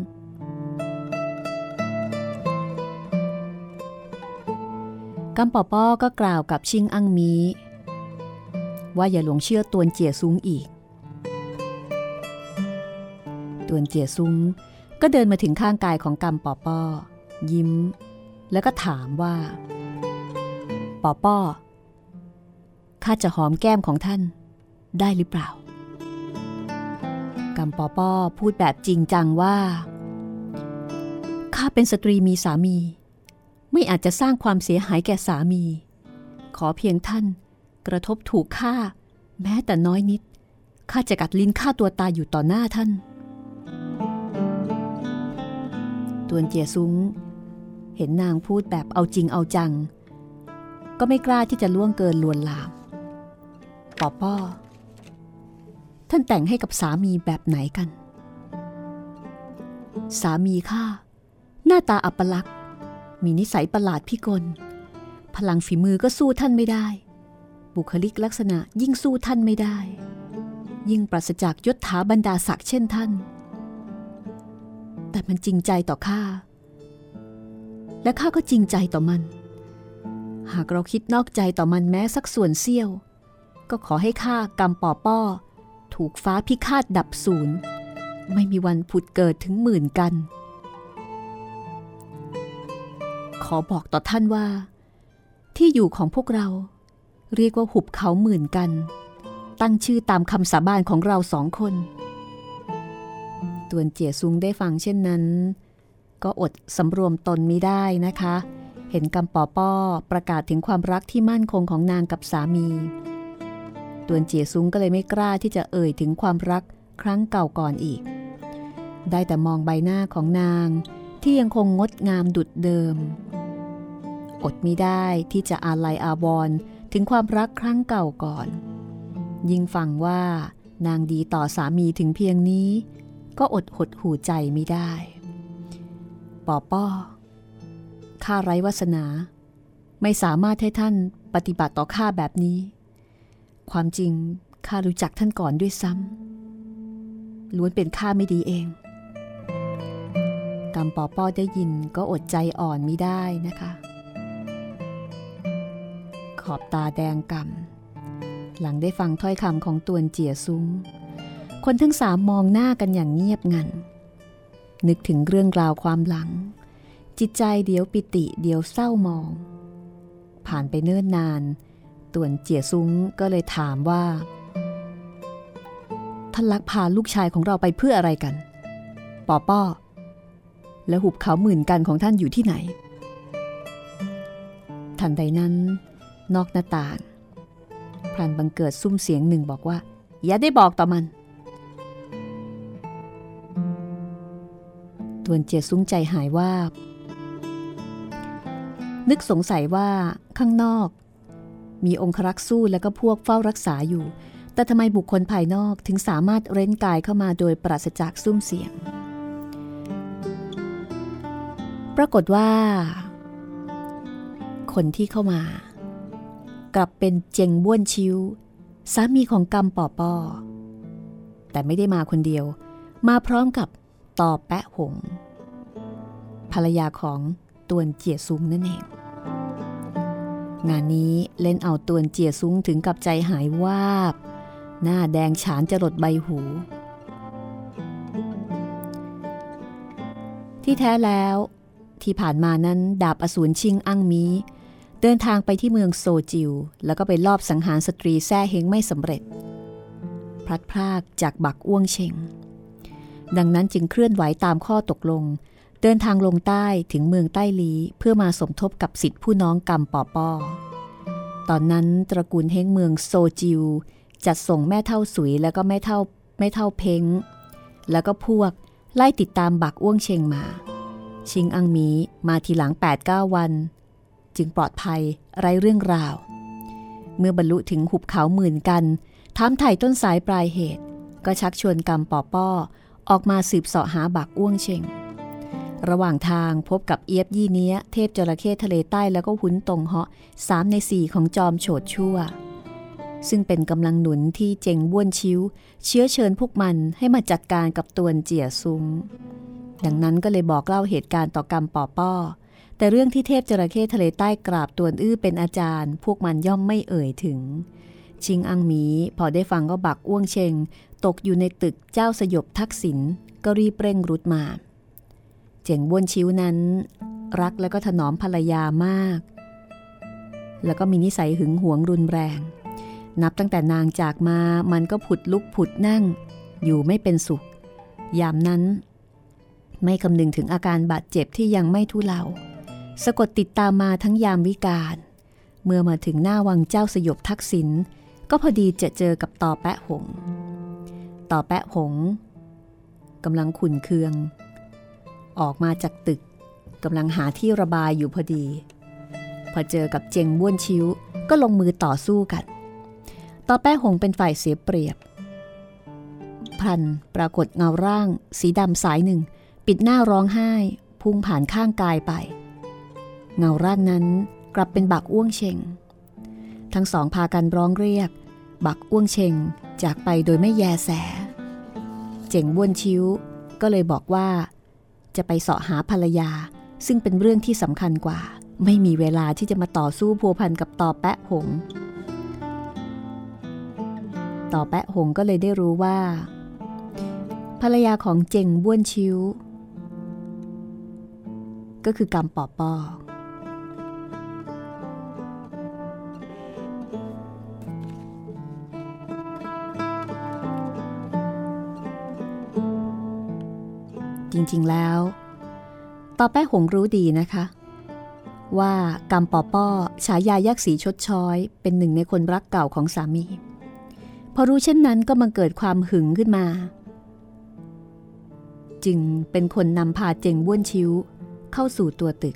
Speaker 4: กำป่อป้อก็กล่าวกับชิงอังมีว่าอย่าหลงเชื่อตวนเจียซุ้งอีกตวนเจียซุ้งก็เดินมาถึงข้างกายของกำป่อป้อยิ้มแล้วก็ถามว่าป่อป้อข้าจะหอมแก้มของท่านได้หรือเปล่ากำป่อป้อพูดแบบจริงจังว่าข้าเป็นสตรีมีสามีไม่อาจจะสร้างความเสียหายแก่สามีขอเพียงท่านกระทบถูกข้าแม้แต่น้อยนิดข้าจะกัดลิ้นฆ่าตัวตายอยู่ต่อหน้าท่านตวนเจียซุ้งเห็นนางพูดแบบเอาจริงเอาจังก็ไม่กล้าที่จะล่วงเกินลวนลามป่อป้อท่านแต่งให้กับสามีแบบไหนกันสามีข้าหน้าตาอัปลักษณ์มีนิสัยประหลาดพิกลพลังฝีมือก็สู้ท่านไม่ได้บุคลิกลักษณะยิ่งสู้ท่านไม่ได้ยิ่งปราศจากยศถาบรรดาศักดิ์เช่นท่านแต่มันจริงใจต่อข้าและข้าก็จริงใจต่อมันหากเราคิดนอกใจต่อมันแม้สักส่วนเสี้ยวก็ขอให้ข้ากำป่อป้อถูกฟ้าพิฆาตดับสูญไม่มีวันผุดเกิดถึงหมื่นกันขอบอกต่อท่านว่าที่อยู่ของพวกเราเรียกว่าหุบเขาหมื่นกันตั้งชื่อตามคำสาบานของเราสองคนตวนเจียซุ้งได้ฟังเช่นนั้นก็อดสำรวมตนมิได้นะคะเห็นกำป่อป้อประกาศถึงความรักที่มั่นคงของนางกับสามีตวนเจียซุ้งก็เลยไม่กล้าที่จะเอ่ยถึงความรักครั้งเก่าก่อนอีกได้แต่มองใบหน้าของนางที่ยังคงงดงามดุจเดิมอดมิได้ที่จะอาลัยอาวรณ์ถึงความรักครั้งเก่าก่อนยิ่งฟังว่านางดีต่อสามีถึงเพียงนี้ก็อดหดหู่ใจไม่ได้ป่อป้อข้าไร้วาสนาไม่สามารถให้ท่านปฏิบัติต่อข้าแบบนี้ความจริงข้ารู้จักท่านก่อนด้วยซ้ำล้วนเป็นข้าไม่ดีเองกำป่อป้อได้ยินก็อดใจอ่อนไม่ได้นะคะขอบตาแดงก่ำหลังได้ฟังถ้อยคำของตวนเจียซุ้งคนทั้งสามมองหน้ากันอย่างเงียบงันนึกถึงเรื่องราวความหลังจิตใจเดี๋ยวปิติเดี๋ยวเศร้ามองผ่านไปเนิ่นนานต่วนเจี๋ยซุ้งก็เลยถามว่าท่านลักพาลูกชายของเราไปเพื่ออะไรกันปอป้อและหุบเขาหมื่นกันของท่านอยู่ที่ไหนทันใดนั้นนอกหน้าต่างพลันบังเกิดซุ้มเสียงหนึ่งบอกว่าอย่าได้บอกต่อมันต่วนเจี๋ยซุ้งใจหายว่านึกสงสัยว่าข้างนอกมีองครักษ์สู้และก็พวกเฝ้ารักษาอยู่แต่ทำไมบุคคลภายนอกถึงสามารถเร้นกายเข้ามาโดยปราศจากซุ้มเสียงปรากฏว่าคนที่เข้ามากลับเป็นเจงบ้วนชิวสามีของกำปอป้อแต่ไม่ได้มาคนเดียวมาพร้อมกับตอแปะหงภรรยาของตวนเจี๋ยซุ้งนั่นเองงานนี้เล่นเอาตวนเจี๋ยซุ้งถึงกับใจหายวาบหน้าแดงฉานจรดใบหูที่แท้แล้วที่ผ่านมานั้นดาบอสูรชิงอั้งมีเดินทางไปที่เมืองโซจิวแล้วก็ไปลอบสังหารสตรีแซ่เฮงไม่สำเร็จพลัดพรากจากบักอ้วงเชงดังนั้นจึงเคลื่อนไหวตามข้อตกลงเดินทางลงใต้ถึงเมืองใต้ลีเพื่อมาสมทบกับสิทธิผู้น้องกำปอป้อตอนนั้นตระกูลเฮงเมืองโซจิวจัดส่งแม่เท่าสุยแล้วก็แม่เท่าแม่เท่าเพ้งแล้วก็พวกไล่ติดตามบักอ้วงเชงมาชิงอังมีมาทีหลัง แปดเก้า วันจึงปลอดภัยไร้เรื่องราวเมื่อบรรลุถึงหุบเขาหมื่นกันถามไถ่ต้นสายปลายเหตุก็ชักชวนกำปอป้อออกมาสืบเสาะหาบักอ้วงเชงระหว่างทางพบกับเอียบยี่เนี้ยเทพจระเข้ทะเลใต้แล้วก็หุนตงเหาะสามในสี่ของจอมโฉดชั่วซึ่งเป็นกำลังหนุนที่เจงบ้วนชิวเชื้อเชิญพวกมันให้มาจัดการกับตวนเจี๋ยซุ้งดังนั้นก็เลยบอกเล่าเหตุการณ์ต่อกำปอป้อแต่เรื่องที่เทพจระเข้ทะเลใต้กราบตวนอื้อเป็นอาจารย์พวกมันย่อมไม่เอ่ยถึงชิงอังหมีพอได้ฟังก็บักอ้วงเชงตกอยู่ในตึกเจ้าสยบทักษิณก็รีบเร่งรุดมาเจ๋งบ้วนชิวนั้นรักและก็ถนอมภรรยามากแล้วก็มีนิสัยหึงหวงรุนแรงนับตั้งแต่นางจากมามันก็ผุดลุกผุดนั่งอยู่ไม่เป็นสุขยามนั้นไม่คำนึงถึงอาการบาดเจ็บที่ยังไม่ทุเลาสะกดติดตามมาทั้งยามวิกาลเมื่อมาถึงหน้าวังเจ้าสยบทักษิณก็พอดีจะเจอกับตอแปะหงตอแปะหงกำลังขุ่นเคืองออกมาจากตึกกำลังหาที่ระบายอยู่พอดีพอเจอกับเจงบ้วนชิวก็ลงมือต่อสู้กันตอแปะหงเป็นฝ่ายเสียเปรียบพลันปรากฏเงาร่างสีดำสายหนึ่งปิดหน้าร้องไห้พุ่งผ่านข้างกายไปเงาร่างนั้นกลับเป็นบักอ้วงเชงทั้งสองพากันร้องเรียกบักอ้วงเชงจากไปโดยไม่แยแสเจ๋งบ้วนชิวก็เลยบอกว่าจะไปเสาะหาภรรยาซึ่งเป็นเรื่องที่สำคัญกว่าไม่มีเวลาที่จะมาต่อสู้พัวพันกับตอแปะหงตอแปะหงก็เลยได้รู้ว่าภรรยาของเจ๋งบ้วนชิวก็คือกำปอป้อจริงๆแล้วตอแปะหงรู้ดีนะคะว่ากำปอป้อฉายายักษ์สีชดช้อยเป็นหนึ่งในคนรักเก่าของสามีพอรู้เช่นนั้นก็บังเกิดความหึงขึ้นมาจึงเป็นคนนำพาเจงบ้วนชิวเข้าสู่ตัวตึก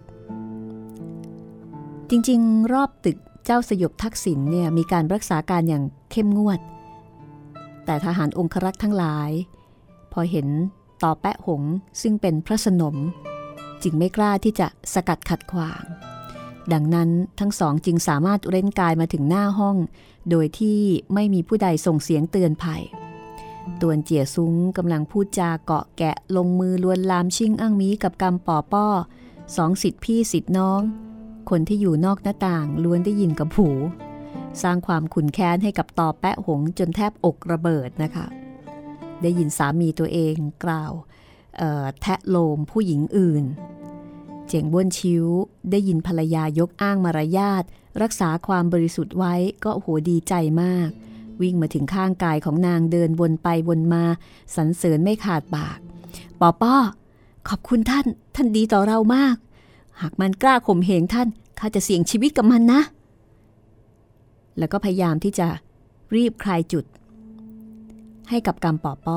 Speaker 4: จริงๆรอบตึกเจ้าสยบทักษิณเนี่ยมีการรักษาการอย่างเข้มงวดแต่ทหารองครักษ์ทั้งหลายพอเห็นตอแปะหงซึ่งเป็นพระสนมจึงไม่กล้าที่จะสกัดขัดขวางดังนั้นทั้งสองจึงสามารถเร้นกายมาถึงหน้าห้องโดยที่ไม่มีผู้ใดส่งเสียงเตือนภัยตวนเจี๋ยซุ้งกำลังพูดจาเกาะแกะลงมือลวนลามชิงอั้งมีกับกำปอป้อสองสิทธิพี่สิทธิน้องคนที่อยู่นอกหน้าต่างล้วนได้ยินกับหูสร้างความขุ่นแค้นให้กับตอแปะหงจนแทบอกระเบิดนะคะได้ยินสามีตัวเองกล่าวเอ่อแทะโลมผู้หญิงอื่นเจียงบ้วนชิวได้ยินภรรยายกอ้างมารยาทรักษาความบริสุทธิ์ไว้ก็โอ้โหดีใจมากวิ่งมาถึงข้างกายของนางเดินวนไปวนมาสรรเสริญไม่ขาดปากปอป้อขอบคุณท่านท่านดีต่อเรามากหากมันกล้าข่มเหงท่านข้าจะเสี่ยงชีวิตกับมันนะแล้วก็พยายามที่จะรีบคลายจุดให้กับกำปอป้อ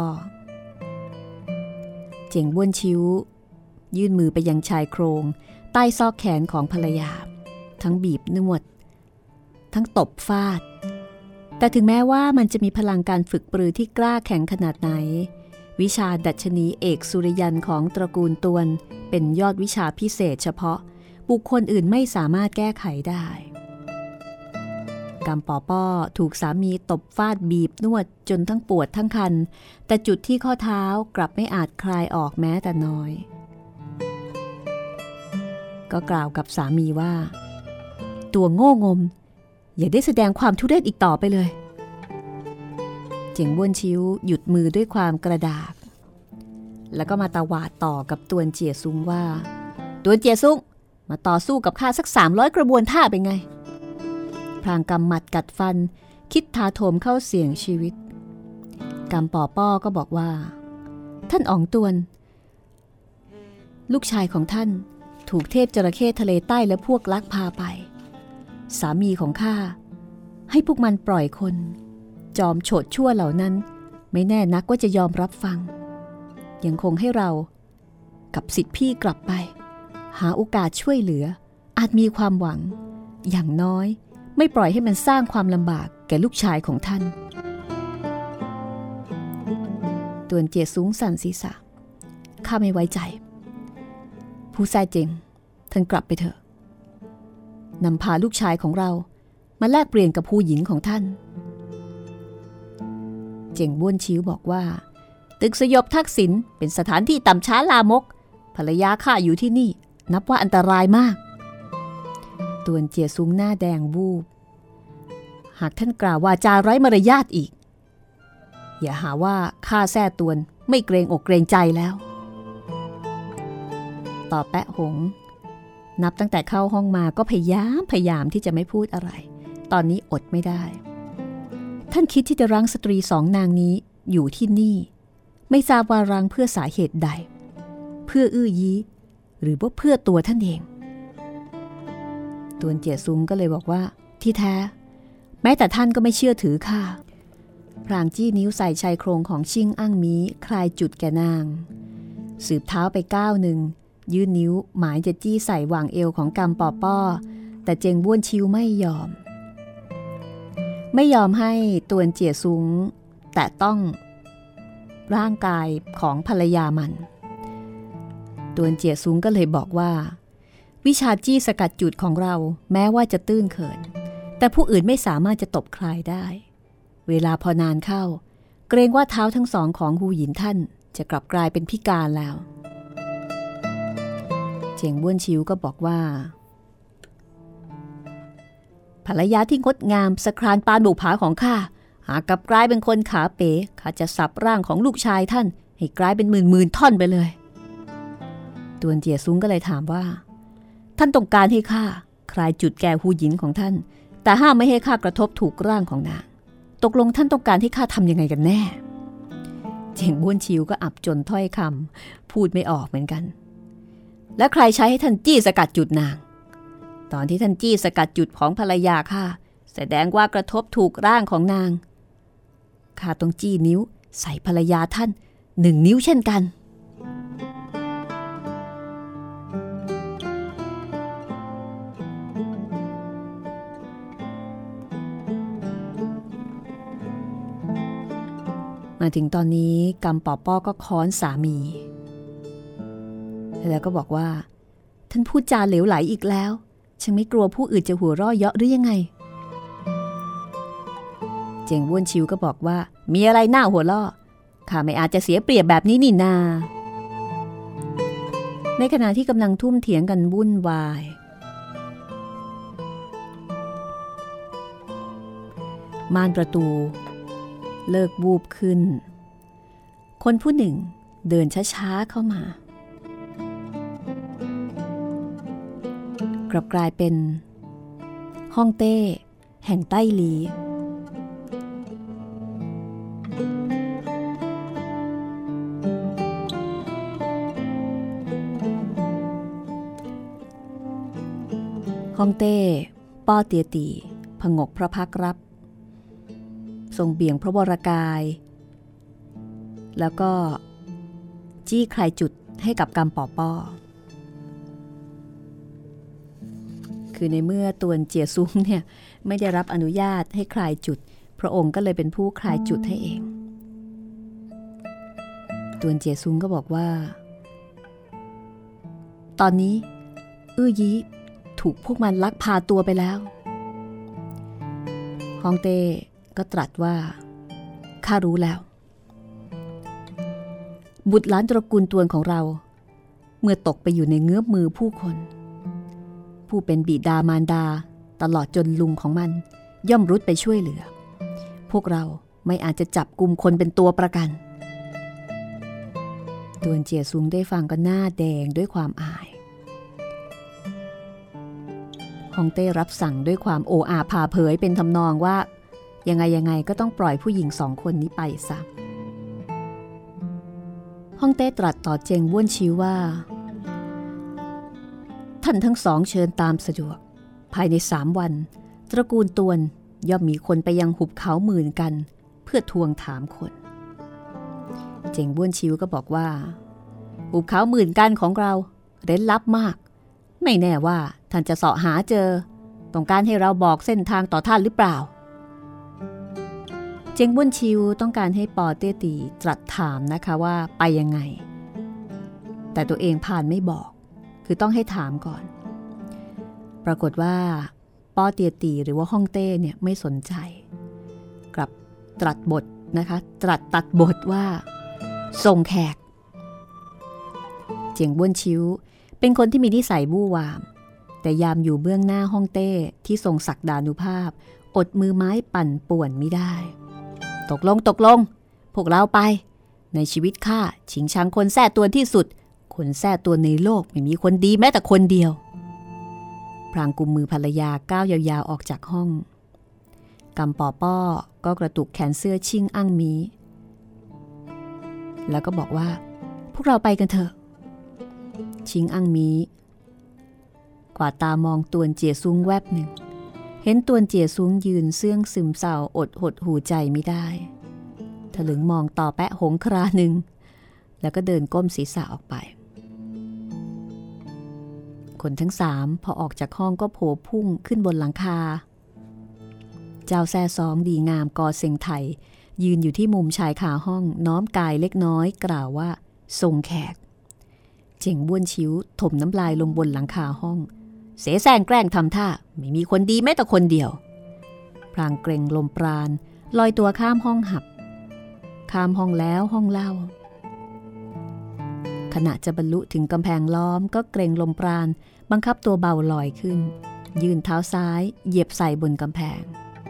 Speaker 4: เจียงบ้วนชิวยื่นมือไปยังชายโครงใต้ซอกแขนของภรรยาทั้งบีบนวดทั้งตบฟาดแต่ถึงแม้ว่ามันจะมีพลังการฝึกปรือที่กล้าแข็งขนาดไหนวิชาดัชนีเอกสุริยันของตระกูลตวนเป็นยอดวิชาพิเศษเฉพาะบุคคลอื่นไม่สามารถแก้ไขได้กำปอป้อถูกสามีตบฟาดบีบนวดจนทั้งปวดทั้งคันแต่จุดที่ข้อเท้ากลับไม่อาจคลายออกแม้แต่น้อยก็กล่าวกับสามีว่าตัวโง่งมอย่าได้แสดงความทุเรศอีกต่อไปเลยเจียงบ้วนชิวหยุดมือด้วยความกระดากแล้วก็มาตะหวาดต่อกับตวนเจียซุงว่าตวนเจียซุงมาต่อสู้กับข้าสักสามร้อยกระบวนท่าเป็นไงพลางกำหมัดกัดฟันคิดท้าโถมเข้าเสี่ยงชีวิตกำปอป้อก็บอกว่าท่านอ๋องตวนลูกชายของท่านถูกเทพจระเข้ทะเลใต้และพวกลักพาไปสามีของข้าให้พวกมันปล่อยคนจอมโฉดชั่วเหล่านั้นไม่แน่นักว่าจะยอมรับฟังยังคงให้เรากับสิทธิพี่กลับไปหาโอกาสช่วยเหลืออาจมีความหวังอย่างน้อยไม่ปล่อยให้มันสร้างความลำบากแก่ลูกชายของท่านตวนเจียสูงสั่นศีรษะข้าไม่ไว้ใจผู้แท้จริงท่านกลับไปเถอะนำพาลูกชายของเรามาแลกเปลี่ยนกับผู้หญิงของท่านเจียงบ้วนชิวบอกว่าตึกสยบทักษิณเป็นสถานที่ต่ำช้าลามกภรรยาข้าอยู่ที่นี่นับว่าอันตรายมากตวนเจียซุงหน้าแดงวูบหากท่านกล่าววาจาไร้มารยาทอีกอย่าหาว่าข้าแท้ตวนไม่เกรงอกเกรงใจแล้วต่อแปะหงนับตั้งแต่เข้าห้องมาก็พยายามพยายามที่จะไม่พูดอะไรตอนนี้อดไม่ได้ท่านคิดที่จะรั้งสตรีสองนางนี้อยู่ที่นี่ไม่ทราบว่ารั้งเพื่อสาเหตุใดเพื่ออื้อยี้หรือว่าเพื่อตัวท่านเองตวนเจียซุงก็เลยบอกว่าที่แท้แม้แต่ท่านก็ไม่เชื่อถือข้าพลางจี้นิ้วใส่ชายโครงของชิ่งอั่งมีคลายจุดแก่นางสืบเท้าไปก้าวหนึ่งยื่นนิ้วหมายจะจี้ใส่หว่างเอวของกำปอป้อแต่เจงบ้วนชิวไม่ยอมไม่ยอมให้ตวนเจียซุงแต่ต้องร่างกายของภรรยามันตวนเจียซุงก็เลยบอกว่าวิชาจี้สกัดจุดของเราแม้ว่าจะตื้นเขินแต่ผู้อื่นไม่สามารถจะตบคลายได้เวลาพอนานเข้าเกรงว่าเท้าทั้งสองของหูหยินท่านจะกลับกลายเป็นพิการแล้วเจียงบ้วนชิวก็บอกว่าภรรยาที่งดงามสครานปานบุกผาของข้าหากกลับกลายเป็นคนขาเป๋ข้าจะสับร่างของลูกชายท่านให้กลายเป็นหมื่นหมื่นท่อนไปเลยตวนเจียซุงก็เลยถามว่าท่านต้องการให้ข้าคลายจุดแก่หูหยินของท่านแต่ห้ามไม่ให้ข้ากระทบถูกร่างของนางตกลงท่านต้องการให้ข้าทำยังไงกันแน่เจียงบ้วนชิวก็อับจนถ้อยคำพูดไม่ออกเหมือนกันและใครใช้ให้ท่านจี้สกัดจุดนางตอนที่ท่านจี้สกัดจุดของภรรยาข้าแสดงว่ากระทบถูกร่างของนางข้าต้องจี้นิ้วใส่ภรรยาท่านหนึ่งนิ้วเช่นกันมาถึงตอนนี้กำปอป้อก็ค้อนสามีแล้วก็บอกว่าท่านพูดจาเหลวไหลอีกแล้วฉันไม่กลัวผู้อื่นจะหัวเราะเยาะหรือยังไงเจียงบ้วนชิวก็บอกว่ามีอะไรน่าหัวเราะข้าไม่อาจจะเสียเปรียบแบบนี้นี่นาในขณะที่กำลังทุ่มเถียงกันวุ่นวายม่านประตูเลิกวูบขึ้นคนผู้หนึ่งเดินช้าๆเข้ามากลับกลายเป็นฮ่องเต้แห่งใต้หลีฮ่องเต้ป้อเตียตีผงกพระพักรับทรงเบี่ยงพระวรกายแล้วก็จี้ใครจุดให้กับกำปอป้อคือในเมื่อตวนเจียซุงเนี่ยไม่ได้รับอนุญาตให้คลายจุดพระองค์ก็เลยเป็นผู้คลายจุดให้เองตวนเจียซุงก็บอกว่าตอนนี้อื้อยี้ถูกพวกมันลักพาตัวไปแล้วฮ่องเต้ก็ตรัสว่าข้ารู้แล้วบุตรหลานตระกูลตวนของเราเมื่อตกไปอยู่ในเงื้อมมือผู้คนผู้เป็นบิดามารดาตลอดจนลุงของมันย่อมรุดไปช่วยเหลือพวกเราไม่อาจจะจับกุมคนเป็นตัวประกันตวนเจียซุงได้ฟังก็หน้าแดงด้วยความอายฮ่องเต้รับสั่งด้วยความโออาพาเผยเป็นทำนองว่ายังไงยังไงก็ต้องปล่อยผู้หญิงสองคนนี้ไปซะฮ่องเต้ตรัสต่อเจงบ้วนชิวว่าท่านทั้งสองเชิญตามสะดวกภายในสามวันตระกูลตวนย่อมมีคนไปยังหุบเขาหมื่นกันเพื่อทวงถามคนเจงบ้วนชิวก็บอกว่าหุบเขาหมื่นกันของเราเร้นลับมากไม่แน่ว่าท่านจะเสาะหาเจอต้องการให้เราบอกเส้นทางต่อท่านหรือเปล่าเจงบ้วนชิวต้องการให้ปอเต้ตีตรัสถามนะคะว่าไปยังไงแต่ตัวเองผ่านไม่บอกคือต้องให้ถามก่อนปรากฏว่าปอเตียตีหรือว่าฮ่องเต้เนี่ยไม่สนใจกลับตรัสบทนะคะตรัสตัดบทว่าส่งแขกเจียงบ้วนชิวเป็นคนที่มีนิสัยบู้วามแต่ยามอยู่เบื้องหน้าฮ่องเต้ที่ทรงศักดานุภาพอดมือไม้ปั่นป่วนไม่ได้ตกลงตกลงพวกเราไปในชีวิตข้าชิงชังคนแท้ตัวที่สุดคนแท้ตัวในโลกไม่มีคนดีแม้แต่คนเดียวพลางกุมมือภรรยาก้าวยาวๆออกจากห้องกำปอป้อก็กระตุกแขนเสื้อชิ่งอั้งมีแล้วก็บอกว่าพวกเราไปกันเถอะชิงอั้งมีกวาดตามองตวนเจียซุงแวบหนึ่งเห็นตวนเจียซุงยืนเสื่องซึมเศร้าอดหดหูใจไม่ได้ถลึงมองต่อแปะหงคราหนึ่งแล้วก็เดินก้มศีรษะออกไปคนทั้งสามพอออกจากห้องก็โผล่พุ่งขึ้นบนหลังคาเจ้าแซ่ซ้องดีงามกอเซ็งไถยืนอยู่ที่มุมชายคาห้องน้อมกายเล็กน้อยกล่าวว่าทรงแขกเจ๋งบ้วนชิวถมน้ำลายลงบนหลังคาห้องเสแสร้งแกล้งทำท่าไม่มีคนดีแม้แต่คนเดียวพลางเกรงลมปราณลอยตัวข้ามห้องหับข้ามห้องแล้วห้องเล่าขณะจะบรรลุถึงกำแพงล้อมก็เกรงลมปราณบังคับตัวเบาลอยขึ้นยื่นเท้าซ้ายเหยียบใส่บนกำแพง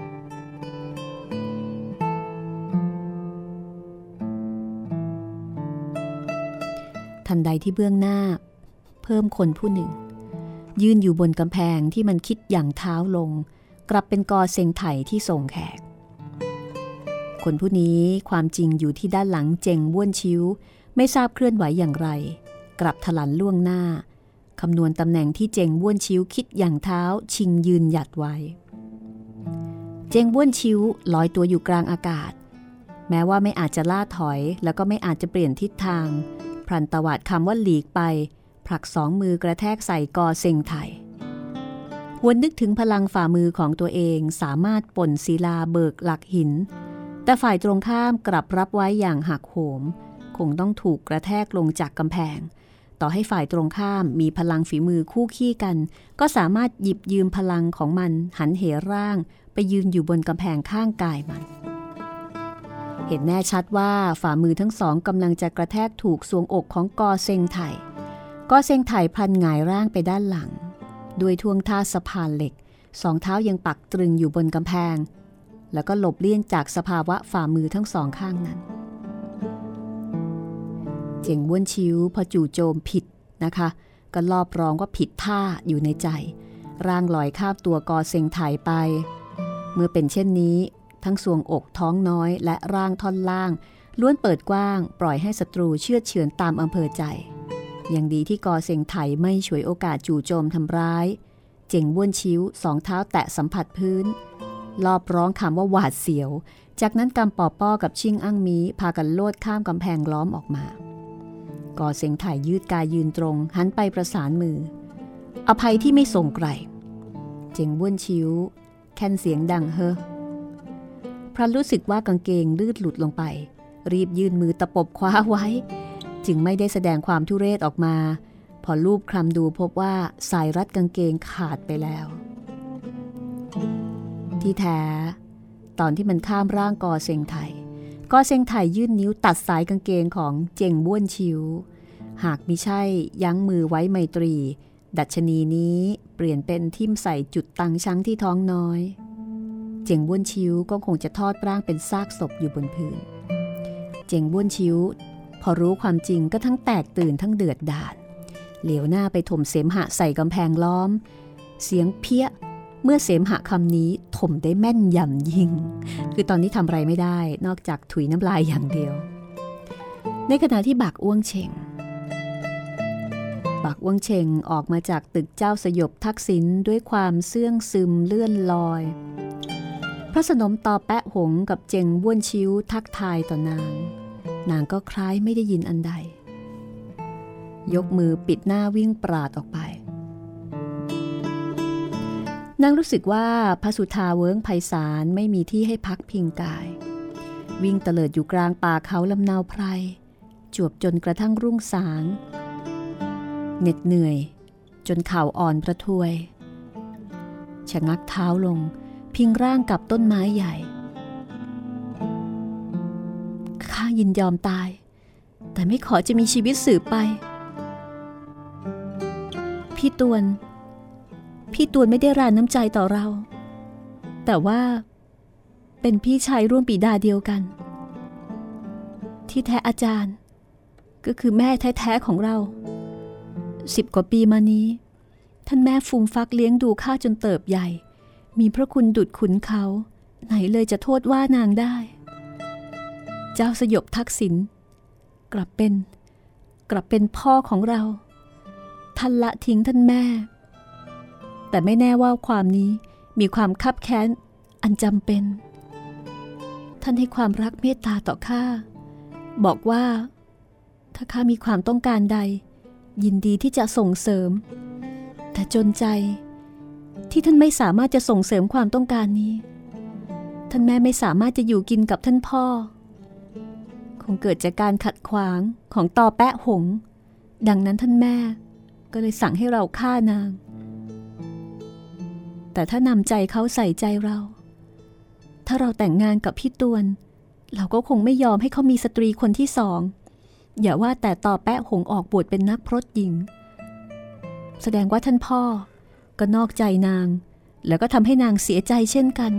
Speaker 4: ทันใดที่เบื้องหน้าเพิ่มคนผู้หนึ่งยืนอยู่บนกำแพงที่มันคิดอย่างเท้าลงกลับเป็นกอเซ็งไถที่ส่งแขกคนผู้นี้ความจริงอยู่ที่ด้านหลังเจงบ้วนชิวไม่ทราบเคลื่อนไหวอย่างไรกลับถลันล่วงหน้าคำนวณตำแหน่งที่เจงบ้วนชิวคิดอย่างเท้าชิงยืนหยัดไว้เจงบ้วนชิวลอยตัวอยู่กลางอากาศแม้ว่าไม่อาจจะล่าถอยแล้วก็ไม่อาจจะเปลี่ยนทิศทางพลันตวาดคำว่าหลีกไปผลักสองมือกระแทกใส่กอเซ็งไถหวนนึกถึงพลังฝ่ามือของตัวเองสามารถป่นศิลาเบิกหลักหินแต่ฝ่ายตรงข้ามกลับรับไว้อย่างหักโหมคงต้องถูกกระแทกลงจากกำแพงต่อให้ฝ่ายตรงข้ามมีพลังฝีมือคู่ขี้กันก็สามารถหยิบยืมพลังของมันหันเหร่างไปยืนอยู่บนกำแพงข้างกายมันเห็นแน่ชัดว่าฝ่ามือทั้งสองกำลังจะกระแทกถูกทรวงอกของกอเซ็งไถกอเซ็งไถพลันหงายร่างไปด้านหลังด้วยท่วงท่าสะพานเหล็กสองเท้ายังปักตรึงอยู่บนกำแพงแล้วก็หลบเลี่ยงจากสภาวะฝ่ามือทั้งสองข้างนั้นเเจ๋งบ้วนชิวพอจู่โจมผิดนะคะก็ลอบร้องว่าผิดท่าอยู่ในใจร่างลอยคาบตัวกอเซ็งไถไปเมื่อเป็นเช่นนี้ทั้งทรวงอกท้องน้อยและร่างท่อนล่างล้วนเปิดกว้างปล่อยให้ศัตรูเชือดเฉือนตามอำเภอใจอย่างดีที่กอเซ็งไถไม่ฉวยโอกาสจู่โจมทำร้ายเจ๋งบ้วนชิวสองเท้าแตะสัมผัสพื้นลอบร้องคำว่าหวาดเสียวจากนั้นกำปอป้อกับชิงอั้งมีพากันโลดข้ามกำแพงล้อมออกมากอเซ็งไถยืดกายยืนตรงหันไปประสานมืออภัยที่ไม่ส่งไกลเจ๋งบ้วนชิวแค่นเสียงดังเฮอพระรู้สึกว่ากางเกงลืดหลุดลงไปรีบยื่นมือตะปบคว้าไว้จึงไม่ได้แสดงความทุเรศออกมาพอลูบคลำดูพบว่าสายรัดกางเกงขาดไปแล้วที่แท้ตอนที่มันข้ามร่างกอเซ็งไถกอเซ็งไถยื่นนิ้วตัดสายกางเกงของเจ๋งบ้วนชิวหากมิใช่ยั้งมือไว้ไมตรีดัชนีนี้เปลี่ยนเป็นทิ่มใส่จุดตังช้างที่ท้องน้อยเจ๋งบ้วนชิวก็คงจะทอดร่างเป็นซากศพอยู่บนพื้นเจ๋งบ้วนชิวพอรู้ความจริงก็ทั้งแตกตื่นทั้งเดือดดาลเหลียวหน้าไปถมเสมหะใส่กำแพงล้อมเสียงเพี้ยเมื่อเสมหะคำนี้ถมได้แม่นยำยิ่งคือตอนนี้ทำอะไรไม่ได้นอกจากถุยน้ำลายอย่างเดียวในขณะที่บักอ้วงเชงบักอ้วงเชงออกมาจากตึกเจ้าสยบทักษิณด้วยความเสื่องซึมเลื่อนลอยพระสนมตอแปะหงกับเจงบ้วนชิวทักทายต่อนางนางก็คล้ายไม่ได้ยินอันใดยกมือปิดหน้าวิ่งปราดออกไปนางรู้สึกว่าพระสุธาเวิ้งไพศาลไม่มีที่ให้พักพิงกายวิ่งเตลิดอยู่กลางป่าเขาลำนาวไพรจวบจนกระทั่งรุ่งสางเหน็ดเหนื่อยจนเข่าอ่อนประทวยชะงักเท้าลงพิงร่างกับต้นไม้ใหญ่ข้ายินยอมตายแต่ไม่ขอจะมีชีวิตสืบไปพี่ตวนพี่ตวนไม่ได้ราน้ำใจต่อเราแต่ว่าเป็นพี่ชายร่วมบิดาเดียวกันที่แท้อาจารย์ก็คือแม่แท้ๆของเราสิบกว่าปีมานี้ท่านแม่ฟูมฟักเลี้ยงดูข้าจนเติบใหญ่มีพระคุณดุจขุนเขาไหนเลยจะโทษว่านางได้เจ้าสยบทักษิณกลับเป็นกลับเป็นพ่อของเราท่านละทิ้งท่านแม่แต่ไม่แน่ว่าความนี้มีความคับแค้นอันจำเป็นท่านให้ความรักเมตตาต่อข้าบอกว่าถ้าข้ามีความต้องการใดยินดีที่จะส่งเสริมแต่จนใจที่ท่านไม่สามารถจะส่งเสริมความต้องการนี้ท่านแม่ไม่สามารถจะอยู่กินกับท่านพ่อคงเกิดจากการขัดขวางของตอแปะหงดังนั้นท่านแม่ก็เลยสั่งให้เราฆ่านางแต่ถ้านำใจเขาใส่ใจเราถ้าเราแต่งงานกับพี่ตวนเราก็คงไม่ยอมให้เขามีสตรีคนที่สองอย่าว่าแต่ตอแปะหงออกบวชเป็นนักพรตหญิงแสดงว่าท่านพ่อก็นอกใจนางแล้วก็ทำให้นางเสียใจเช่นกัน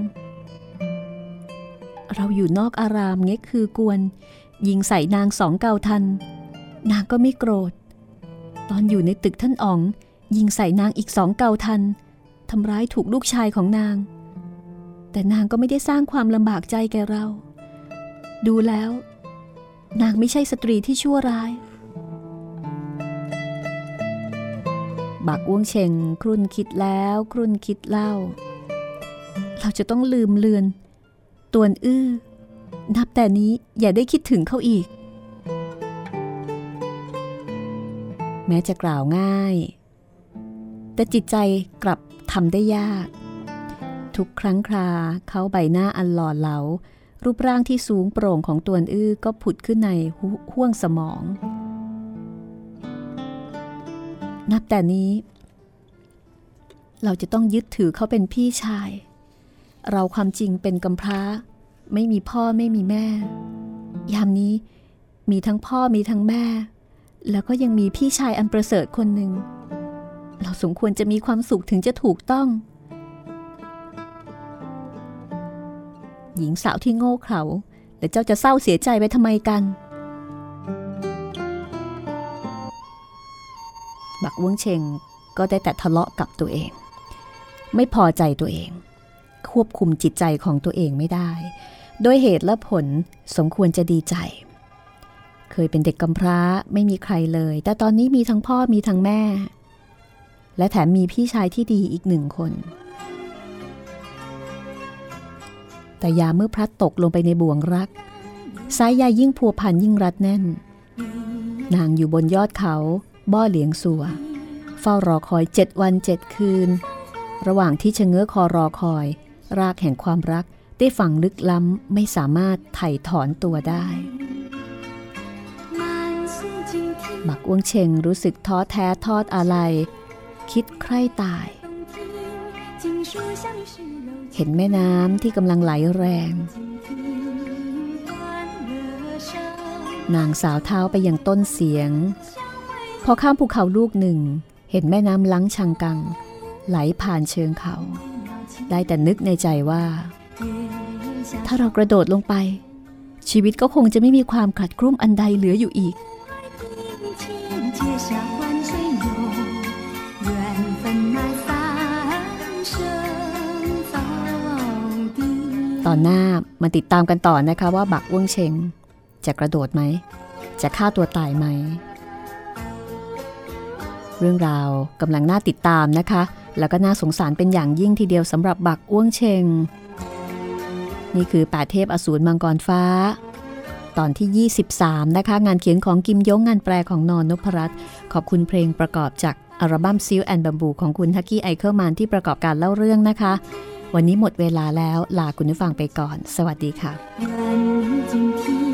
Speaker 4: เราอยู่นอกอารามเง็กคือกวนยิงใส่นางสองเกาทันนางก็ไม่โกรธตอนอยู่ในตึกท่านอ๋องยิงใส่นางอีกสองเกาทันทำร้ายถูกลูกชายของนางแต่นางก็ไม่ได้สร้างความลำบากใจแก่เราดูแล้วนางไม่ใช่สตรีที่ชั่วร้ายบักอ้วงเชงครุ่นคิดแล้วครุ่นคิดเล่าเราจะต้องลืมเลือนตวนอื้อนับแต่นี้อย่าได้คิดถึงเขาอีกแม้จะกล่าวง่ายแต่จิตใจกลับทำได้ยากทุกครั้งคราเขาใบหน้าอันหล่อเหลารูปร่างที่สูงโปร่งของตวนอื้อก็ผุดขึ้นในห้วงสมองนับแต่นี้เราจะต้องยึดถือเขาเป็นพี่ชายเราความจริงเป็นกำพร้าไม่มีพ่อไม่มีแม่ยามนี้มีทั้งพ่อมีทั้งแม่แล้วก็ยังมีพี่ชายอันประเสริฐคนหนึ่งเราสมควรจะมีความสุขถึงจะถูกต้องหญิงสาวที่โง่เขลาและเจ้าจะเศร้าเสียใจไปทำไมกันบักอ้วงเชงก็ได้แต่ทะเลาะกับตัวเองไม่พอใจตัวเองควบคุมจิตใจของตัวเองไม่ได้โดยเหตุและผลสมควรจะดีใจเคยเป็นเด็กกำพร้าไม่มีใครเลยแต่ตอนนี้มีทั้งพ่อมีทั้งแม่และแถมมีพี่ชายที่ดีอีกหนึ่งคนแต่ยามเมื่อพลัดตกลงไปในบ่วงรักสายใยยิ่งพัวพันยิ่งรัดแน่นนางอยู่บนยอดเขาบ้อเหลียงสัวเฝ้ารอคอยเจ็ดวันเจ็ดคืนระหว่างที่ชะเง้อคอรอคอยรากแห่งความรักได้ฝังลึกล้ำไม่สามารถไถ่ถอนตัวได้บักอ้วงเชงรู้สึกท้อแท้ทอดอาลัยคิดใคร่ตายเห็นแม่น้ำที่กำลังไหลแรงนางสาวเท้าไปยังต้นเสียงพอข้ามภูเขาลูกหนึ่งเห็นแม่น้ำลังชังกังไหลผ่านเชิงเขาได้แต่นึกในใจว่าถ้าเรากระโดดลงไปชีวิตก็คงจะไม่มีความขัดกรุ่มอันใดเหลืออยู่อีกตอนหน้ามาติดตามกันต่อนะคะว่าบักอ้วงเชงจะกระโดดไหมจะฆ่าตัวตายไหมเรื่องราวกำลังน่าติดตามนะคะแล้วก็น่าสงสารเป็นอย่างยิ่งทีเดียวสำหรับบักอ้วงเชงนี่คือแปดเทพอสูรมังกรฟ้าตอนที่ยี่สิบสามนะคะงานเขียนของกิมยงงานแปลของนนพรัตน์ขอบคุณเพลงประกอบจากอัลบั้มซิลแอนด์บัมบูของคุณฮักกี้ไอเคิลแมนที่ประกอบการเล่าเรื่องนะคะวันนี้หมดเวลาแล้วลาคุณผู้ฟังไปก่อนสวัสดีค่ะ